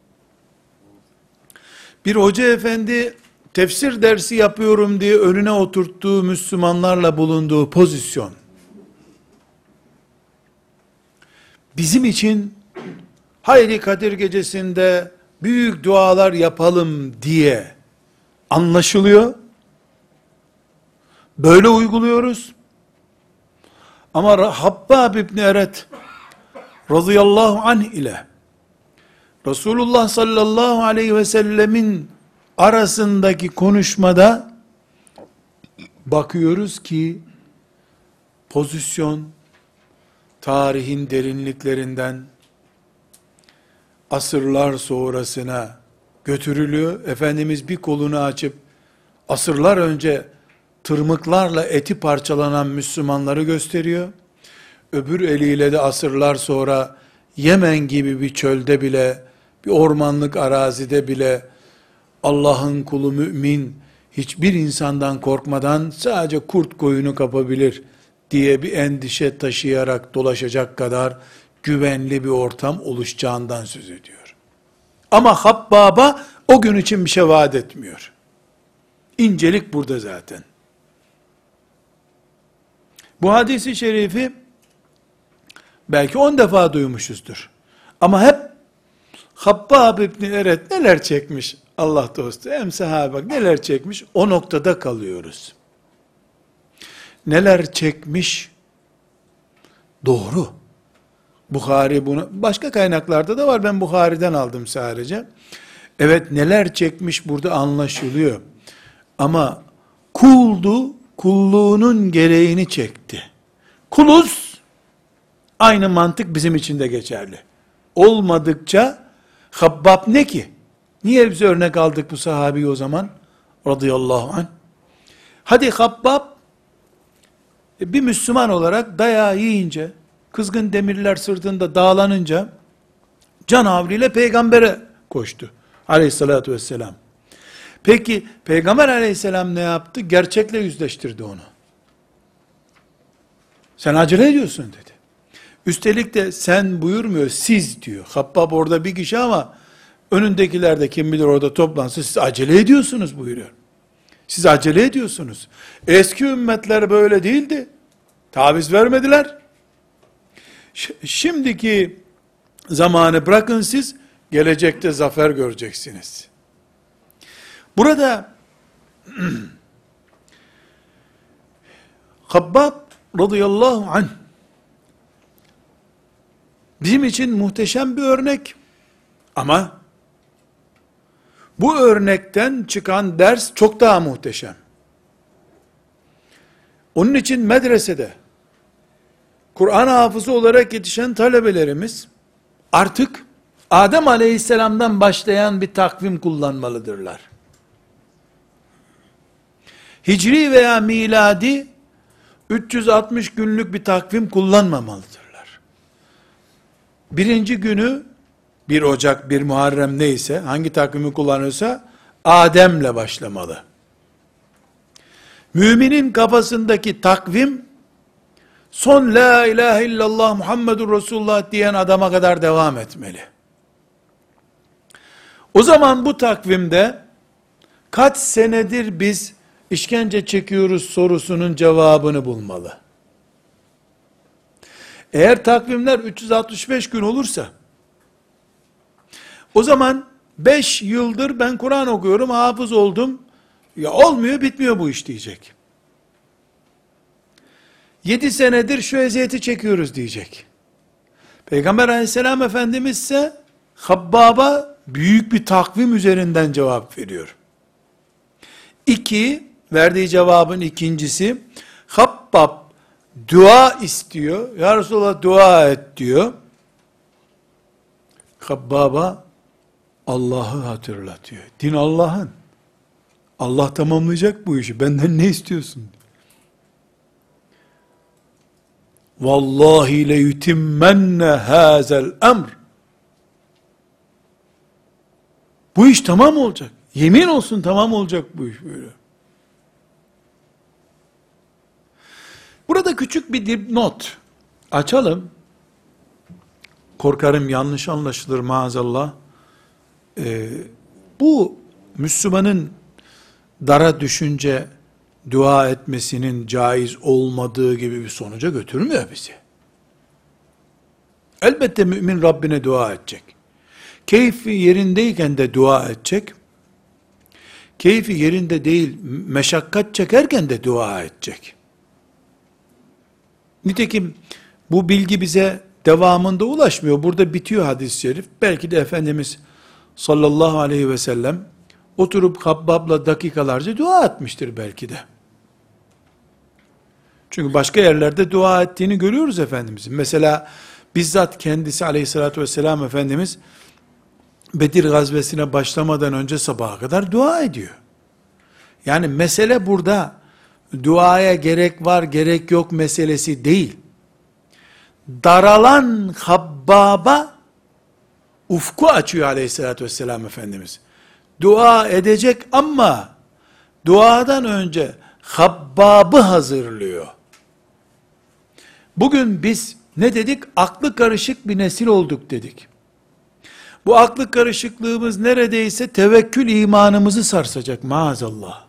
bir hoca efendi tefsir dersi yapıyorum diye önüne oturttuğu Müslümanlarla bulunduğu pozisyon, bizim için hayri Kadir gecesinde büyük dualar yapalım diye anlaşılıyor. Böyle uyguluyoruz. Ama Habbab İbni Eret radıyallahu anh ile Resulullah sallallahu aleyhi ve sellemin arasındaki konuşmada bakıyoruz ki pozisyon, tarihin derinliklerinden asırlar sonrasına götürülüyor. Efendimiz bir kolunu açıp asırlar önce tırmıklarla eti parçalanan Müslümanları gösteriyor. Öbür eliyle de asırlar sonra Yemen gibi bir çölde bile, bir ormanlık arazide bile Allah'ın kulu mümin hiçbir insandan korkmadan sadece kurt koyunu kapabilir diye bir endişe taşıyarak dolaşacak kadar güvenli bir ortam oluşacağından söz ediyor. Ama Habbab'a o gün için bir şey vaat etmiyor. İncelik burada zaten. Bu hadisi şerifi belki 10 defa duymuşuzdur. Ama hep Habbab İbni Eret neler çekmiş Allah dostu, hem sahabe bak neler çekmiş, o noktada kalıyoruz. Neler çekmiş, doğru. Buhari bunu, başka kaynaklarda da var, ben Buhari'den aldım sadece. Evet, neler çekmiş burada anlaşılıyor. Ama kuldu, kulluğunun gereğini çekti. Kuluz, aynı mantık bizim için de geçerli. Olmadıkça Habbab ne ki? Niye biz örnek aldık bu sahabeyi o zaman? Radıyallahu anh. Hadi Habbab bir Müslüman olarak dayağı yiyince, kızgın demirler sırtında dağlanınca canavliyle peygambere koştu. Aleyhissalatü vesselam. Peki Peygamber aleyhisselam ne yaptı? Gerçekle yüzleştirdi onu. Sen acele ediyorsun dedi. Üstelik de sen buyurmuyor, siz diyor. Habbab orada bir kişi ama önündekiler de kim bilir orada toplansın, siz acele ediyorsunuz buyuruyor. Siz acele ediyorsunuz. Eski ümmetler böyle değildi. Taviz vermediler. Şimdiki zamanı bırakın siz, gelecekte zafer göreceksiniz. Burada Habbab radıyallahu anh bizim için muhteşem bir örnek. Ama bu örnekten çıkan ders çok daha muhteşem. Onun için medresede Kur'an hafızı olarak yetişen talebelerimiz artık Adem Aleyhisselam'dan başlayan bir takvim kullanmalıdırlar. Hicri veya miladi 360 günlük bir takvim kullanmamalıdırlar. Birinci günü 1 Ocak, 1 Muharrem neyse, hangi takvimi kullanırsa Adem'le başlamalı. Müminin kafasındaki takvim son la ilahe illallah Muhammedur Resulullah diyen adama kadar devam etmeli. O zaman bu takvimde kaç senedir biz işkence çekiyoruz sorusunun cevabını bulmalı. Eğer takvimler 365 gün olursa, o zaman 5 yıldır ben Kur'an okuyorum, hafız oldum, ya olmuyor, bitmiyor bu iş diyecek. 7 senedir şu eziyeti çekiyoruz diyecek. Peygamber aleyhisselam Efendimiz ise Habbab'a büyük bir takvim üzerinden cevap veriyor. 2, verdiği cevabın ikincisi, Habbab dua istiyor. Ya Resulallah dua et diyor. Habbab'a Allah'ı hatırlatıyor. Din Allah'ın. Allah tamamlayacak bu işi. Benden ne istiyorsun? Vallahi le yutimmenne hazel emr. Bu iş tamam olacak. Yemin olsun tamam olacak bu iş böyle. Burada küçük bir dipnot açalım. Korkarım yanlış anlaşılır maazallah. Bu Müslümanın dara düşünce dua etmesinin caiz olmadığı gibi bir sonuca götürmüyor bizi. Elbette mümin Rabbine dua edecek. Keyfi yerindeyken de dua edecek. Keyfi yerinde değil, meşakkat çekerken de dua edecek. Nitekim bu bilgi bize devamında ulaşmıyor. Burada bitiyor hadis-i şerif. Belki de Efendimiz sallallahu aleyhi ve sellem oturup Habbab'la dakikalarca dua etmiştir belki de. Çünkü başka yerlerde dua ettiğini görüyoruz Efendimizin. Mesela bizzat kendisi aleyhissalatü vesselam Efendimiz Bedir gazvesine başlamadan önce sabaha kadar dua ediyor. Yani mesele burada duaya gerek var gerek yok meselesi değil. Daralan Habbab'a ufku açıyor aleyhissalatü vesselam Efendimiz. Dua edecek ama duadan önce Habbab'ı hazırlıyor. Bugün biz ne dedik? Aklı karışık bir nesil olduk dedik. Bu aklı karışıklığımız neredeyse tevekkül imanımızı sarsacak maazallah.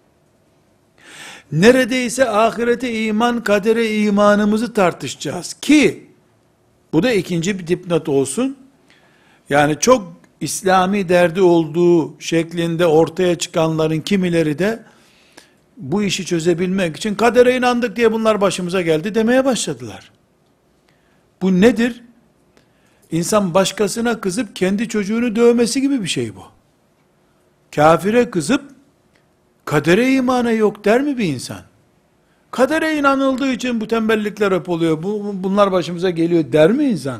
Neredeyse ahirete iman, kadere imanımızı tartışacağız ki, bu da ikinci bir dipnot olsun. Yani çok İslami derdi olduğu şeklinde ortaya çıkanların kimileri de bu işi çözebilmek için kadere inandık diye bunlar başımıza geldi demeye başladılar. Bu nedir? İnsan başkasına kızıp kendi çocuğunu dövmesi gibi bir şey bu. Kafire kızıp kadere imana yok der mi bir insan? Kadere inanıldığı için bu tembellikler hep oluyor. Bunlar başımıza geliyor der mi insan?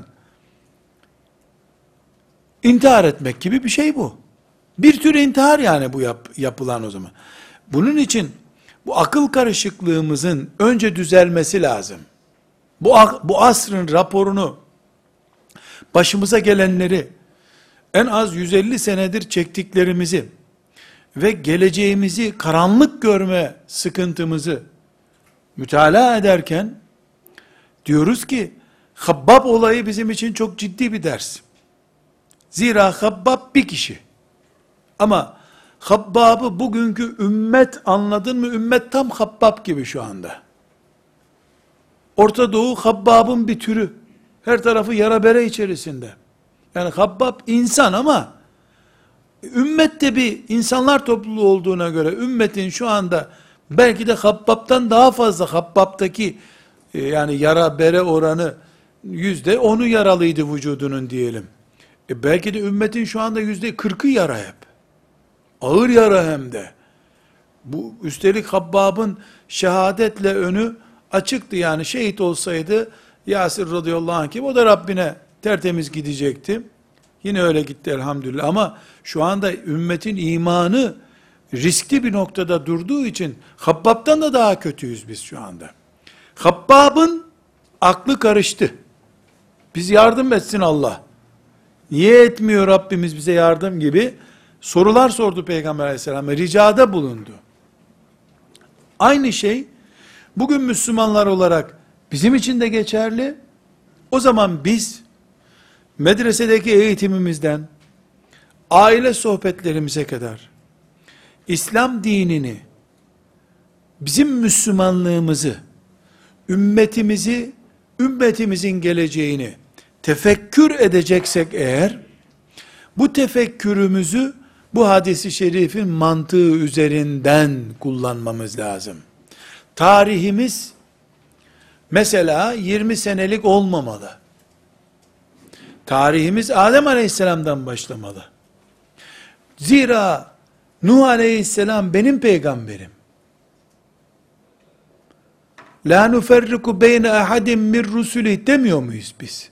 İntihar etmek gibi bir şey bu. Bir tür intihar yani bu yapılan o zaman. Bunun için bu akıl karışıklığımızın önce düzelmesi lazım. Bu asrın raporunu, başımıza gelenleri, en az 150 senedir çektiklerimizi ve geleceğimizi karanlık görme sıkıntımızı mütalaa ederken, diyoruz ki, Habbab olayı bizim için çok ciddi bir ders. Zira Habbab bir kişi. Ama Habbab'ı bugünkü ümmet anladın mı? Ümmet tam Habbab gibi şu anda. Orta Doğu Habbab'ın bir türü. Her tarafı yara bere içerisinde. Yani Habbab insan ama ümmet de bir insanlar topluluğu olduğuna göre ümmetin şu anda belki de Habbab'tan daha fazla, Habbab'taki yani yara bere oranı %10'u yaralıydı vücudunun diyelim. Belki de ümmetin şu anda %40'ı yara hep. Ağır yara hem de. Bu üstelik Habbab'ın şehadetle önü açıktı, yani şehit olsaydı Yasir radıyallahu anh gibi o da Rabbine tertemiz gidecekti. Yine öyle gitti elhamdülillah, ama şu anda ümmetin imanı riskli bir noktada durduğu için Habbab'tan da daha kötüyüz biz şu anda. Habbab'ın aklı karıştı. Biz yardım etsin Allah. Niye etmiyor Rabbimiz bize yardım gibi sorular sordu Peygamber aleyhisselam'a, ricada bulundu. Aynı şey bugün Müslümanlar olarak bizim için de geçerli. O zaman biz medresedeki eğitimimizden aile sohbetlerimize kadar İslam dinini, bizim Müslümanlığımızı, ümmetimizi, ümmetimizin geleceğini tefekkür edeceksek eğer, bu tefekkürümüzü bu hadis-i şerifin mantığı üzerinden kullanmamız lazım. Tarihimiz mesela 20 senelik olmamalı. Tarihimiz Adem Aleyhisselam'dan başlamalı. Zira Nuh Aleyhisselam benim peygamberim. La nuferriku beyne ahadim min rusuli demiyor muyuz biz?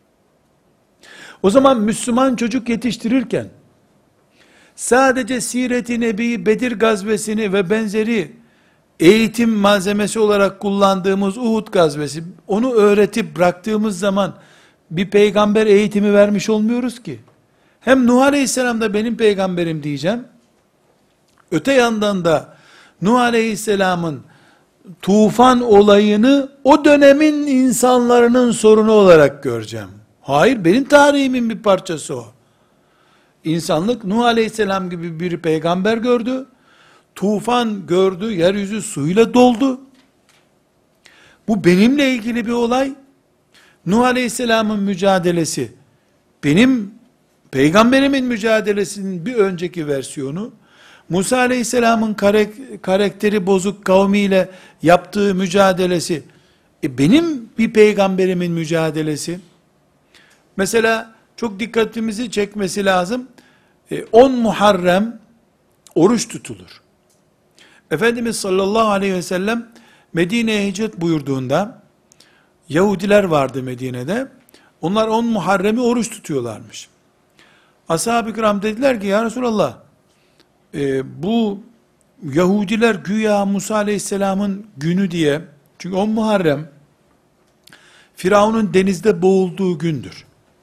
O zaman Müslüman çocuk yetiştirirken sadece Siret-i Nebi, Bedir gazvesini ve benzeri eğitim malzemesi olarak kullandığımız Uhud gazvesi, onu öğretip bıraktığımız zaman bir peygamber eğitimi vermiş olmuyoruz ki. Hem Nuh Aleyhisselam da benim peygamberim diyeceğim. Öte yandan da Nuh Aleyhisselam'ın tufan olayını o dönemin insanların sorunu olarak göreceğim. Hayır, benim tarihimin bir parçası o. İnsanlık Nuh Aleyhisselam gibi bir peygamber gördü. Tufan gördü, yeryüzü suyla doldu. Bu benimle ilgili bir olay. Nuh Aleyhisselam'ın mücadelesi, benim peygamberimin mücadelesinin bir önceki versiyonu. Musa Aleyhisselam'ın karakteri bozuk kavmiyle yaptığı mücadelesi, benim bir peygamberimin mücadelesi. Mesela çok dikkatimizi çekmesi lazım. 10 Muharrem oruç tutulur. Efendimiz sallallahu aleyhi ve sellem Medine'ye hicret buyurduğunda, Yahudiler vardı Medine'de, onlar 10 Muharrem'i oruç tutuyorlarmış. Ashab-ı kiram dediler ki, ya Resulallah, bu Yahudiler güya Musa Aleyhisselam'ın günü diye, çünkü 10 Muharrem, Firavun'un denizde boğulduğu gündür.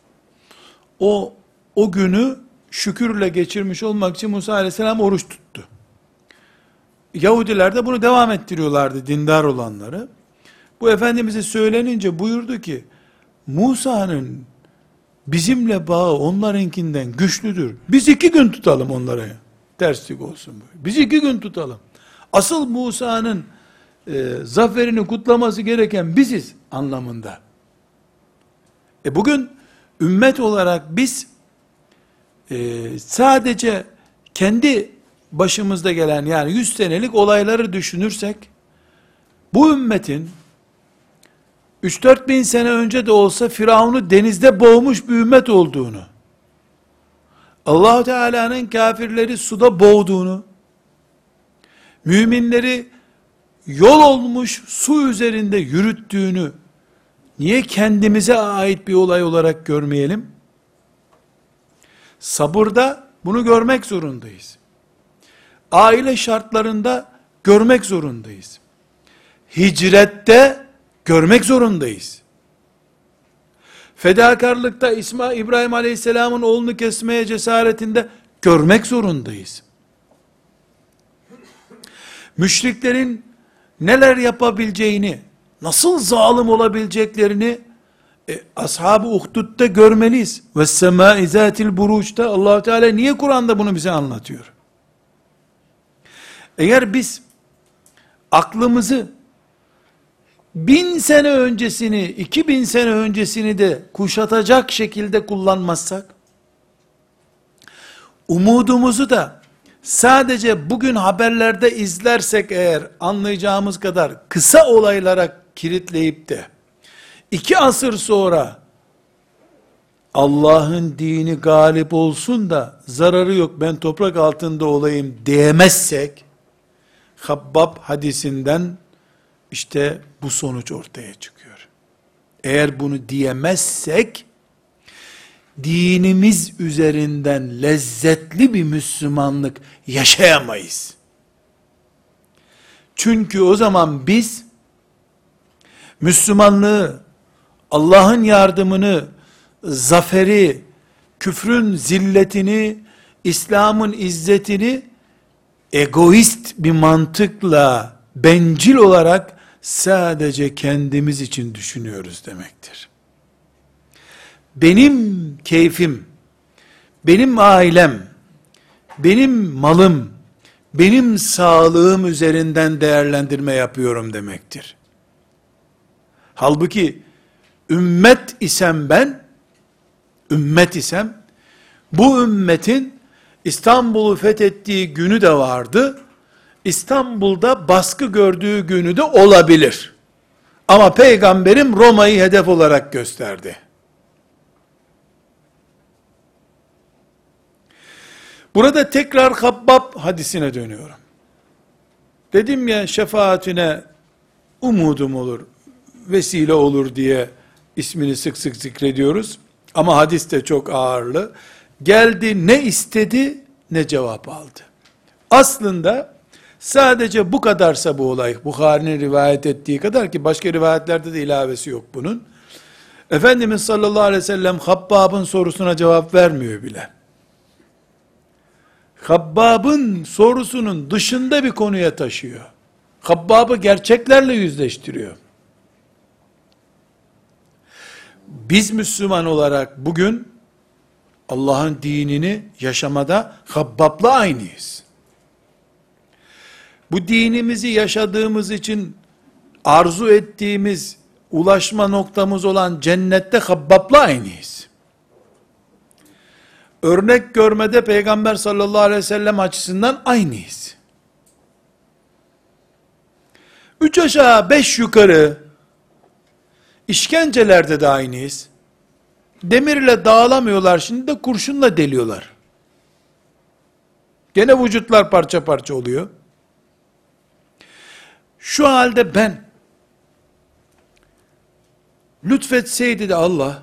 O günü şükürle geçirmiş olmak için Musa Aleyhisselam oruç tuttu. Yahudiler de bunu devam ettiriyorlardı, dindar olanları. Bu Efendimiz'e söylenince buyurdu ki, Musa'nın bizimle bağı onlarınkinden güçlüdür. Biz 2 gün tutalım onlara. Terslik olsun. Biz 2 gün tutalım. Asıl Musa'nın zaferini kutlaması gereken biziz anlamında. Bugün ümmet olarak biz sadece kendi başımızda gelen, yani 100 senelik olayları düşünürsek, bu ümmetin 3-4 bin sene önce de olsa Firavun'u denizde boğmuş bir ümmet olduğunu, Allah-u Teala'nın kafirleri suda boğduğunu, müminleri yol olmuş su üzerinde yürüttüğünü, niye kendimize ait bir olay olarak görmeyelim? Sabırda bunu görmek zorundayız. Aile şartlarında görmek zorundayız. Hicrette görmek zorundayız. Fedakarlıkta İbrahim Aleyhisselam'ın oğlunu kesmeye cesaretinde görmek zorundayız. Müşriklerin neler yapabileceğini, nasıl zalim olabileceklerini Ashab-ı Uhdud'da görmeliyiz. Ve semâi zâtil buruç'ta Allah-u Teala niye Kur'an'da bunu bize anlatıyor? Eğer biz aklımızı 1000 sene öncesini, 2000 sene öncesini de kuşatacak şekilde kullanmazsak, umudumuzu da sadece bugün haberlerde izlersek eğer anlayacağımız kadar kısa olaylara kilitleyip de 2 asır sonra Allah'ın dini galip olsun da zararı yok, ben toprak altında olayım diyemezsek, Habbab hadisinden işte bu sonuç ortaya çıkıyor. Eğer bunu diyemezsek, dinimiz üzerinden lezzetli bir Müslümanlık yaşayamayız. Çünkü o zaman biz, Müslümanlığı, Allah'ın yardımını, zaferi, küfrün zilletini, İslam'ın izzetini, egoist bir mantıkla, bencil olarak sadece kendimiz için düşünüyoruz demektir. Benim keyfim, benim ailem, benim malım, benim sağlığım üzerinden değerlendirme yapıyorum demektir. Halbuki ümmet isem ben, bu ümmetin İstanbul'u fethettiği günü de vardı, İstanbul'da baskı gördüğü günü de olabilir. Ama peygamberim Roma'yı hedef olarak gösterdi. Burada tekrar Habbab hadisine dönüyorum. Dedim ya, şefaatine umudum olur, vesile olur diye ismini sık sık zikrediyoruz. Ama hadis de çok ağırlı. Geldi, ne istedi ne cevap aldı. Aslında sadece bu kadarsa bu olay, Bukhari'nin rivayet ettiği kadar, ki başka rivayetlerde de ilavesi yok bunun. Efendimiz sallallahu aleyhi ve sellem Habbab'ın sorusuna cevap vermiyor bile. Habbab'ın sorusunun dışında bir konuya taşıyor. Habbab'ı gerçeklerle yüzleştiriyor. Biz Müslüman olarak bugün Allah'ın dinini yaşamada Habbab'la aynıyız. Bu dinimizi yaşadığımız için arzu ettiğimiz, ulaşma noktamız olan cennette Habbab'la aynıyız. Örnek görmede Peygamber sallallahu aleyhi ve sellem açısından aynıyız. 3 aşağı 5 yukarı işkencelerde de aynıyız. Demirle dağılamıyorlar, şimdi de kurşunla deliyorlar. Gene vücutlar parça parça oluyor. Şu halde ben, lütfetseydi de Allah,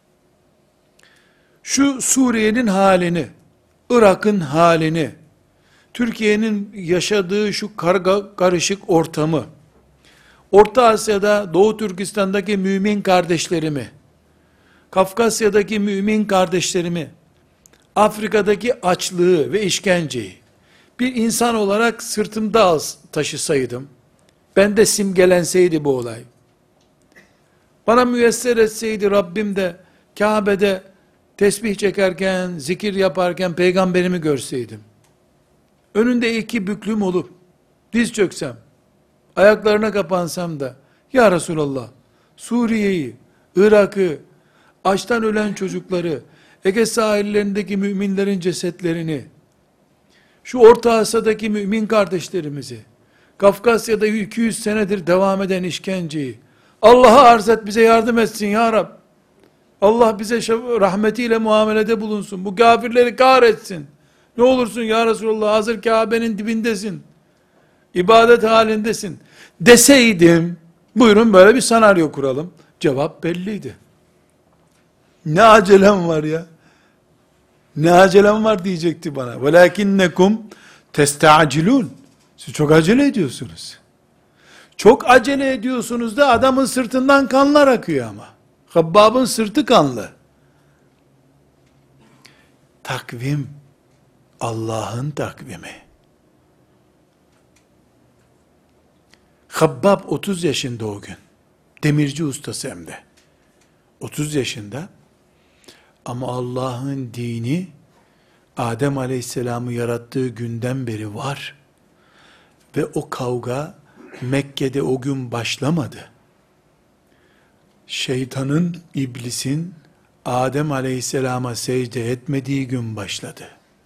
şu Suriye'nin halini, Irak'ın halini, Türkiye'nin yaşadığı şu karışık ortamı, Orta Asya'da, Doğu Türkistan'daki mümin kardeşlerimi, Kafkasya'daki mümin kardeşlerimi, Afrika'daki açlığı ve işkenceyi bir insan olarak sırtımda taşısaydım, ben de simgelenseydi bu olay, bana müyesser etseydi Rabbim de Kabe'de tesbih çekerken, zikir yaparken peygamberimi görseydim, önünde iki büklüm olup, diz çöksem, ayaklarına kapansam da, ya Resulallah, Suriye'yi, Irak'ı, açtan ölen çocukları, Ege sahillerindeki müminlerin cesetlerini, şu Orta Asya'daki mümin kardeşlerimizi, Kafkasya'da 200 senedir devam eden işkenceyi, Allah'a arz et, bize yardım etsin ya Rab. Allah bize rahmetiyle muamelede bulunsun. Bu kafirleri kahretsin. Ne olursun ya Resulallah, hazır Kabe'nin dibindesin. İbadet halindesin. Deseydim, buyurun böyle bir senaryo kuralım. Cevap belliydi. Ne acelem var ya? Ne acelem var diyecekti bana. وَلَاكِنَّكُمْ تَسْتَعْجِلُونَ Siz çok acele ediyorsunuz. Çok acele ediyorsunuz da adamın sırtından kanlar akıyor ama. Habbab'ın sırtı kanlı. Takvim, Allah'ın takvimi. Habbab 30 yaşında o gün. Demirci ustası hem de. 30 yaşında. Ama Allah'ın dini, Adem Aleyhisselam'ı yarattığı günden beri var. Ve o kavga, Mekke'de o gün başlamadı. Şeytanın, iblisin, Adem Aleyhisselam'a secde etmediği gün başladı.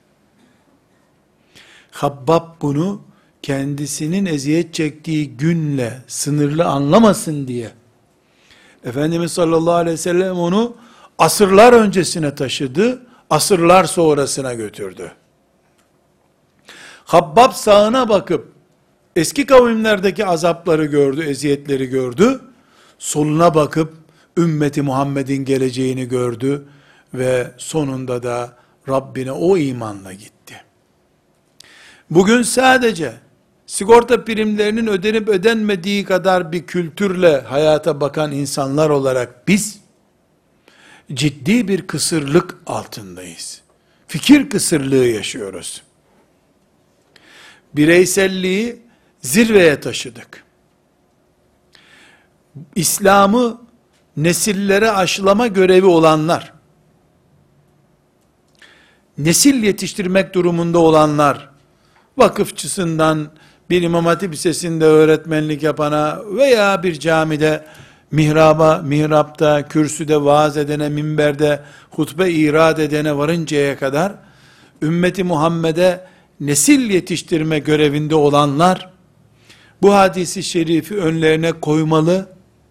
Habbab bunu, kendisinin eziyet çektiği günle sınırlı anlamasın diye, Efendimiz sallallahu aleyhi ve sellem onu asırlar öncesine taşıdı, asırlar sonrasına götürdü. Habbab sağına bakıp, eski kavimlerdeki azapları gördü, eziyetleri gördü, soluna bakıp, ümmeti Muhammed'in geleceğini gördü ve sonunda da Rabbine o imanla gitti. Bugün sadece sigorta primlerinin ödenip ödenmediği kadar bir kültürle hayata bakan insanlar olarak biz ciddi bir kısırlık altındayız. Fikir kısırlığı yaşıyoruz. Bireyselliği zirveye taşıdık. İslam'ı nesillere aşılama görevi olanlar, nesil yetiştirmek durumunda olanlar, vakıfçısından bir İmam Hatip Lisesi'nde öğretmenlik yapana veya bir camide mihrapta, kürsüde vaaz edene, minberde hutbe irad edene varıncaya kadar ümmeti Muhammed'e nesil yetiştirme görevinde olanlar bu hadisi şerifi önlerine koymalı.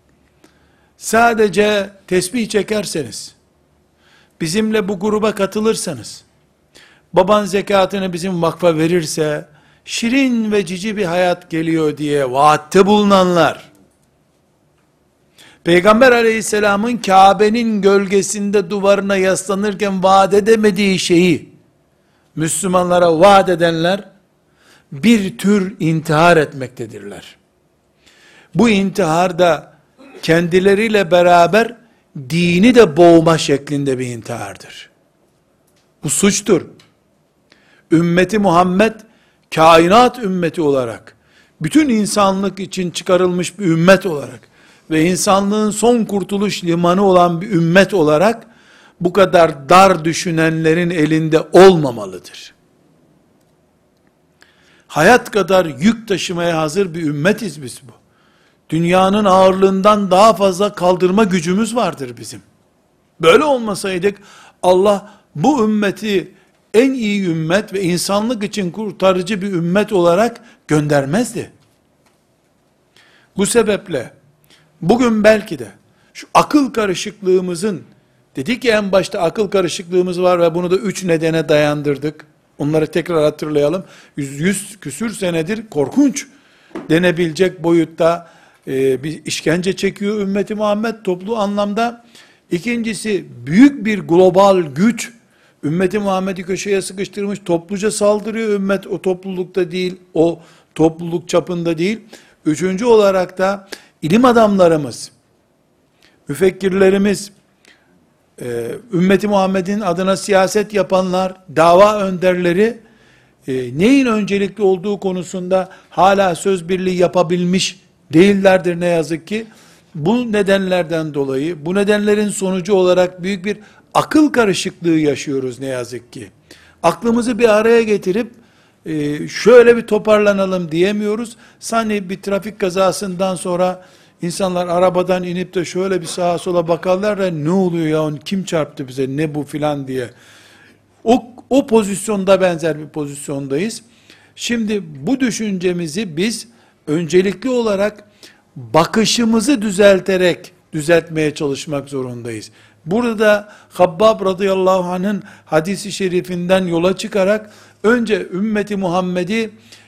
Sadece tesbih çekerseniz, bizimle bu gruba katılırsanız, baban zekatını bizim vakfa verirse, şirin ve cici bir hayat geliyor diye vaatte bulunanlar, Peygamber aleyhisselamın Kabe'nin gölgesinde duvarına yaslanırken vaat edemediği şeyi, Müslümanlara vaat edenler, bir tür intihar etmektedirler. Bu intihar da, kendileriyle beraber, dini de boğma şeklinde bir intihardır. Bu suçtur. Ümmeti Muhammed, kainat ümmeti olarak, bütün insanlık için çıkarılmış bir ümmet olarak ve insanlığın son kurtuluş limanı olan bir ümmet olarak, bu kadar dar düşünenlerin elinde olmamalıdır. Hayat kadar yük taşımaya hazır bir ümmetiz biz bu. Dünyanın ağırlığından daha fazla kaldırma gücümüz vardır bizim. Böyle olmasaydık, Allah bu ümmeti en iyi ümmet ve insanlık için kurtarıcı bir ümmet olarak göndermezdi. Bu sebeple, bugün belki de, şu akıl karışıklığımızın, dedik ya en başta akıl karışıklığımız var ve bunu da 3 nedene dayandırdık. Onları tekrar hatırlayalım. 100 küsür senedir korkunç denebilecek boyutta bir işkence çekiyor ümmeti Muhammed toplu anlamda. İkincisi, büyük bir global güç ümmeti Muhammed'i köşeye sıkıştırmış, topluca saldırıyor. Ümmet o toplulukta değil, o topluluk çapında değil. Üçüncü olarak da ilim adamlarımız, müfekkirlerimiz, ümmeti Muhammed'in adına siyaset yapanlar, dava önderleri neyin öncelikli olduğu konusunda hala söz birliği yapabilmiş değillerdir ne yazık ki. Bu nedenlerden dolayı, bu nedenlerin sonucu olarak büyük bir akıl karışıklığı yaşıyoruz ne yazık ki. Aklımızı bir araya getirip şöyle bir toparlanalım diyemiyoruz. Sanki bir trafik kazasından sonra insanlar arabadan inip de şöyle bir sağa sola bakarlar da ne oluyor ya, kim çarptı bize, ne bu filan diye. O pozisyonda, benzer bir pozisyondayız. Şimdi bu düşüncemizi biz öncelikli olarak bakışımızı düzeltmeye çalışmak zorundayız. Burada Habbab radıyallahu anh'ın hadisi şerifinden yola çıkarak önce ümmeti Muhammed'i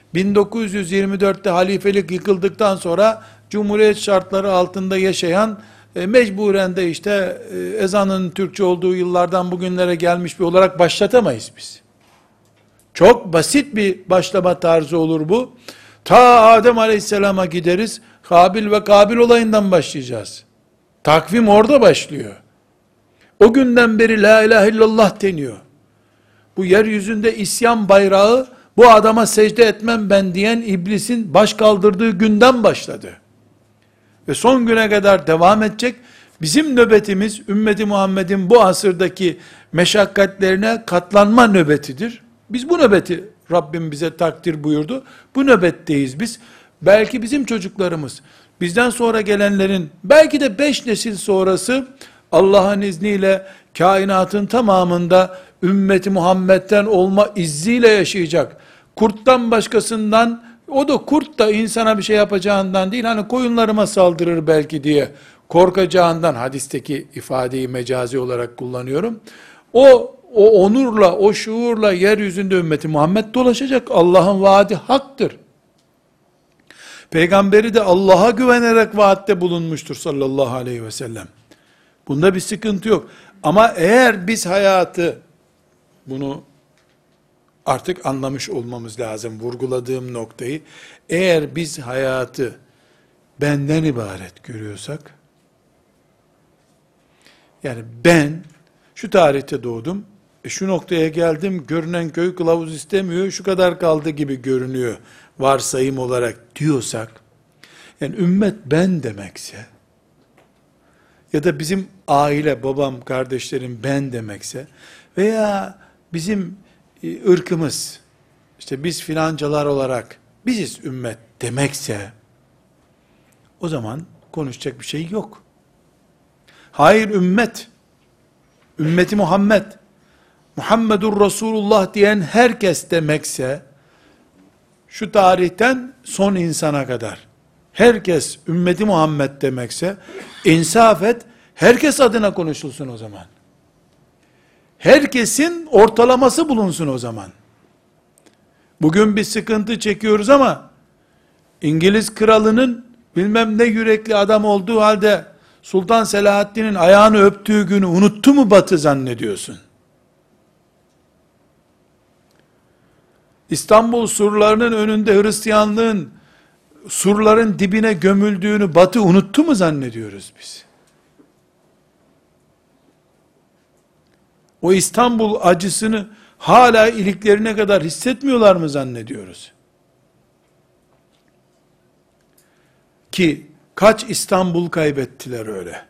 1924'te halifelik yıkıldıktan sonra Cumhuriyet şartları altında yaşayan, mecburen de işte ezanın Türkçe olduğu yıllardan bugünlere gelmiş bir olarak başlatamayız biz. Çok basit bir başlama tarzı olur bu. Ta Adem Aleyhisselam'a gideriz. Habil ve Kabil olayından başlayacağız. Takvim orada başlıyor. O günden beri la ilahe illallah deniyor. Bu yeryüzünde isyan bayrağı, bu adama secde etmem ben diyen iblisin baş kaldırdığı günden başladı. Ve son güne kadar devam edecek. Bizim nöbetimiz, ümmeti Muhammed'in bu asırdaki meşakkatlerine katlanma nöbetidir. Biz bu nöbeti, Rabbim bize takdir buyurdu. Bu nöbetteyiz biz. Belki bizim çocuklarımız, bizden sonra gelenlerin, belki de 5 nesil sonrası, Allah'ın izniyle kainatın tamamında ümmeti Muhammed'den olma izziyle yaşayacak. Kurttan başkasından, o da kurt da insana bir şey yapacağından değil, hani koyunlarıma saldırır belki diye korkacağından, hadisteki ifadeyi mecazi olarak kullanıyorum. O onurla, o şuurla yeryüzünde ümmeti Muhammed dolaşacak. Allah'ın vaadi haktır. Peygamberi de Allah'a güvenerek vaatte bulunmuştur sallallahu aleyhi ve sellem. Bunda bir sıkıntı yok. Ama eğer biz hayatı, bunu artık anlamış olmamız lazım, vurguladığım noktayı, eğer biz hayatı benden ibaret görüyorsak, yani ben şu tarihte doğdum, şu noktaya geldim, görünen köy kılavuz istemiyor, şu kadar kaldı gibi görünüyor varsayım olarak diyorsak, yani ümmet ben demekse, ya da bizim aile, babam, kardeşlerim ben demekse, veya bizim ırkımız, işte biz filancalar olarak, biziz ümmet demekse, o zaman konuşacak bir şey yok. Hayır, ümmeti Muhammed, Muhammedur Resulullah diyen herkes demekse, şu tarihten son insana kadar, herkes ümmeti Muhammed demekse, insaf et, herkes adına konuşulsun o zaman. Herkesin ortalaması bulunsun o zaman. Bugün bir sıkıntı çekiyoruz ama, İngiliz kralının bilmem ne yürekli adam olduğu halde, Sultan Selahaddin'in ayağını öptüğü günü unuttu mu Batı zannediyorsun? İstanbul surlarının önünde Hristiyanlığın surların dibine gömüldüğünü Batı unuttu mu zannediyoruz biz? O İstanbul acısını hala iliklerine kadar hissetmiyorlar mı zannediyoruz? Ki kaç İstanbul kaybettiler öyle?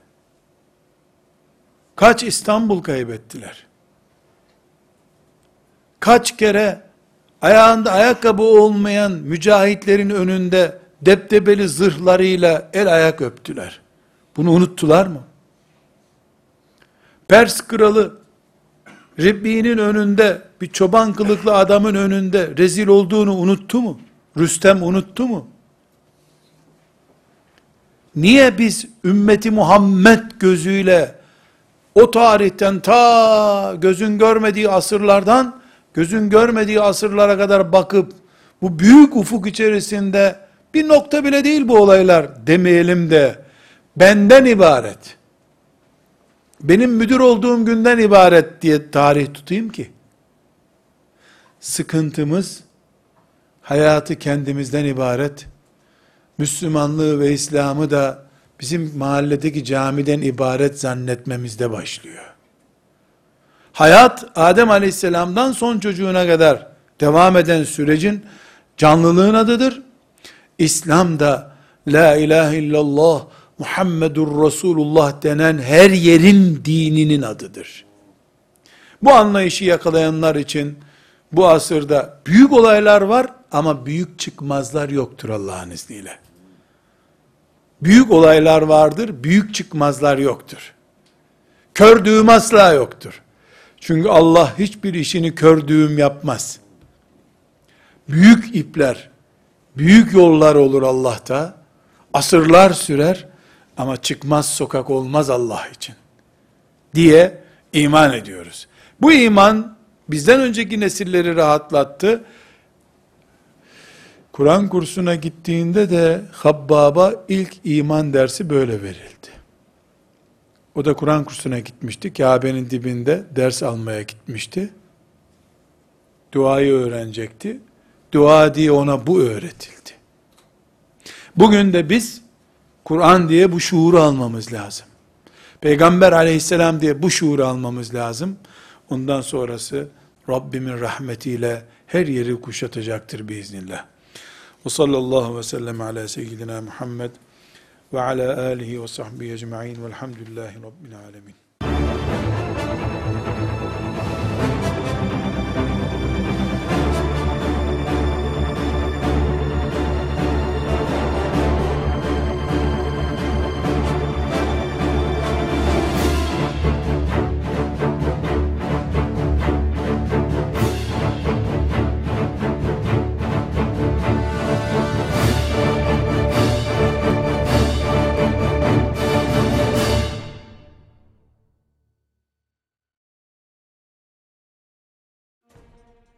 Kaç İstanbul kaybettiler? Kaç kere ayağında ayakkabı olmayan mücahitlerin önünde deptebeli zırhlarıyla el ayak öptüler? Bunu unuttular mı? Pers kralı Ribbi'nin önünde, bir çoban kılıklı adamın önünde rezil olduğunu unuttu mu? Rüstem unuttu mu? Niye biz ümmeti Muhammed gözüyle o tarihten ta gözün görmediği asırlardan gözün görmediği asırlara kadar bakıp bu büyük ufuk içerisinde bir nokta bile değil bu olaylar demeyelim de, benden ibaret, benim müdür olduğum günden ibaret diye tarih tutayım ki, sıkıntımız, hayatı kendimizden ibaret, Müslümanlığı ve İslam'ı da bizim mahalledeki camiden ibaret zannetmemizde başlıyor. Hayat, Adem Aleyhisselam'dan son çocuğuna kadar devam eden sürecin canlılığın adıdır. İslam da La ilahe illallah Muhammedur Resulullah denen her yerin dininin adıdır. Bu anlayışı yakalayanlar için bu asırda büyük olaylar var ama büyük çıkmazlar yoktur Allah'ın izniyle. Büyük olaylar vardır, büyük çıkmazlar yoktur. Kör düğüm asla yoktur. Çünkü Allah hiçbir işini kör düğüm yapmaz. Büyük ipler, büyük yollar olur Allah'ta. Asırlar sürer ama çıkmaz sokak olmaz Allah için diye iman ediyoruz. Bu iman bizden önceki nesilleri rahatlattı. Kur'an kursuna gittiğinde de Habbab'a ilk iman dersi böyle verildi. O da Kur'an kursuna gitmişti. Kabe'nin dibinde ders almaya gitmişti. Duayı öğrenecekti. Dua diye ona bu öğretildi. Bugün de biz Kur'an diye bu şuuru almamız lazım. Peygamber aleyhisselam diye bu şuuru almamız lazım. Ondan sonrası Rabbimin rahmetiyle her yeri kuşatacaktır biiznillah. Ve sallallahu ve sellem ala seyyidina Muhammed ve ala alihi ve sahbihi ecma'in velhamdülillahi rabbil alemin.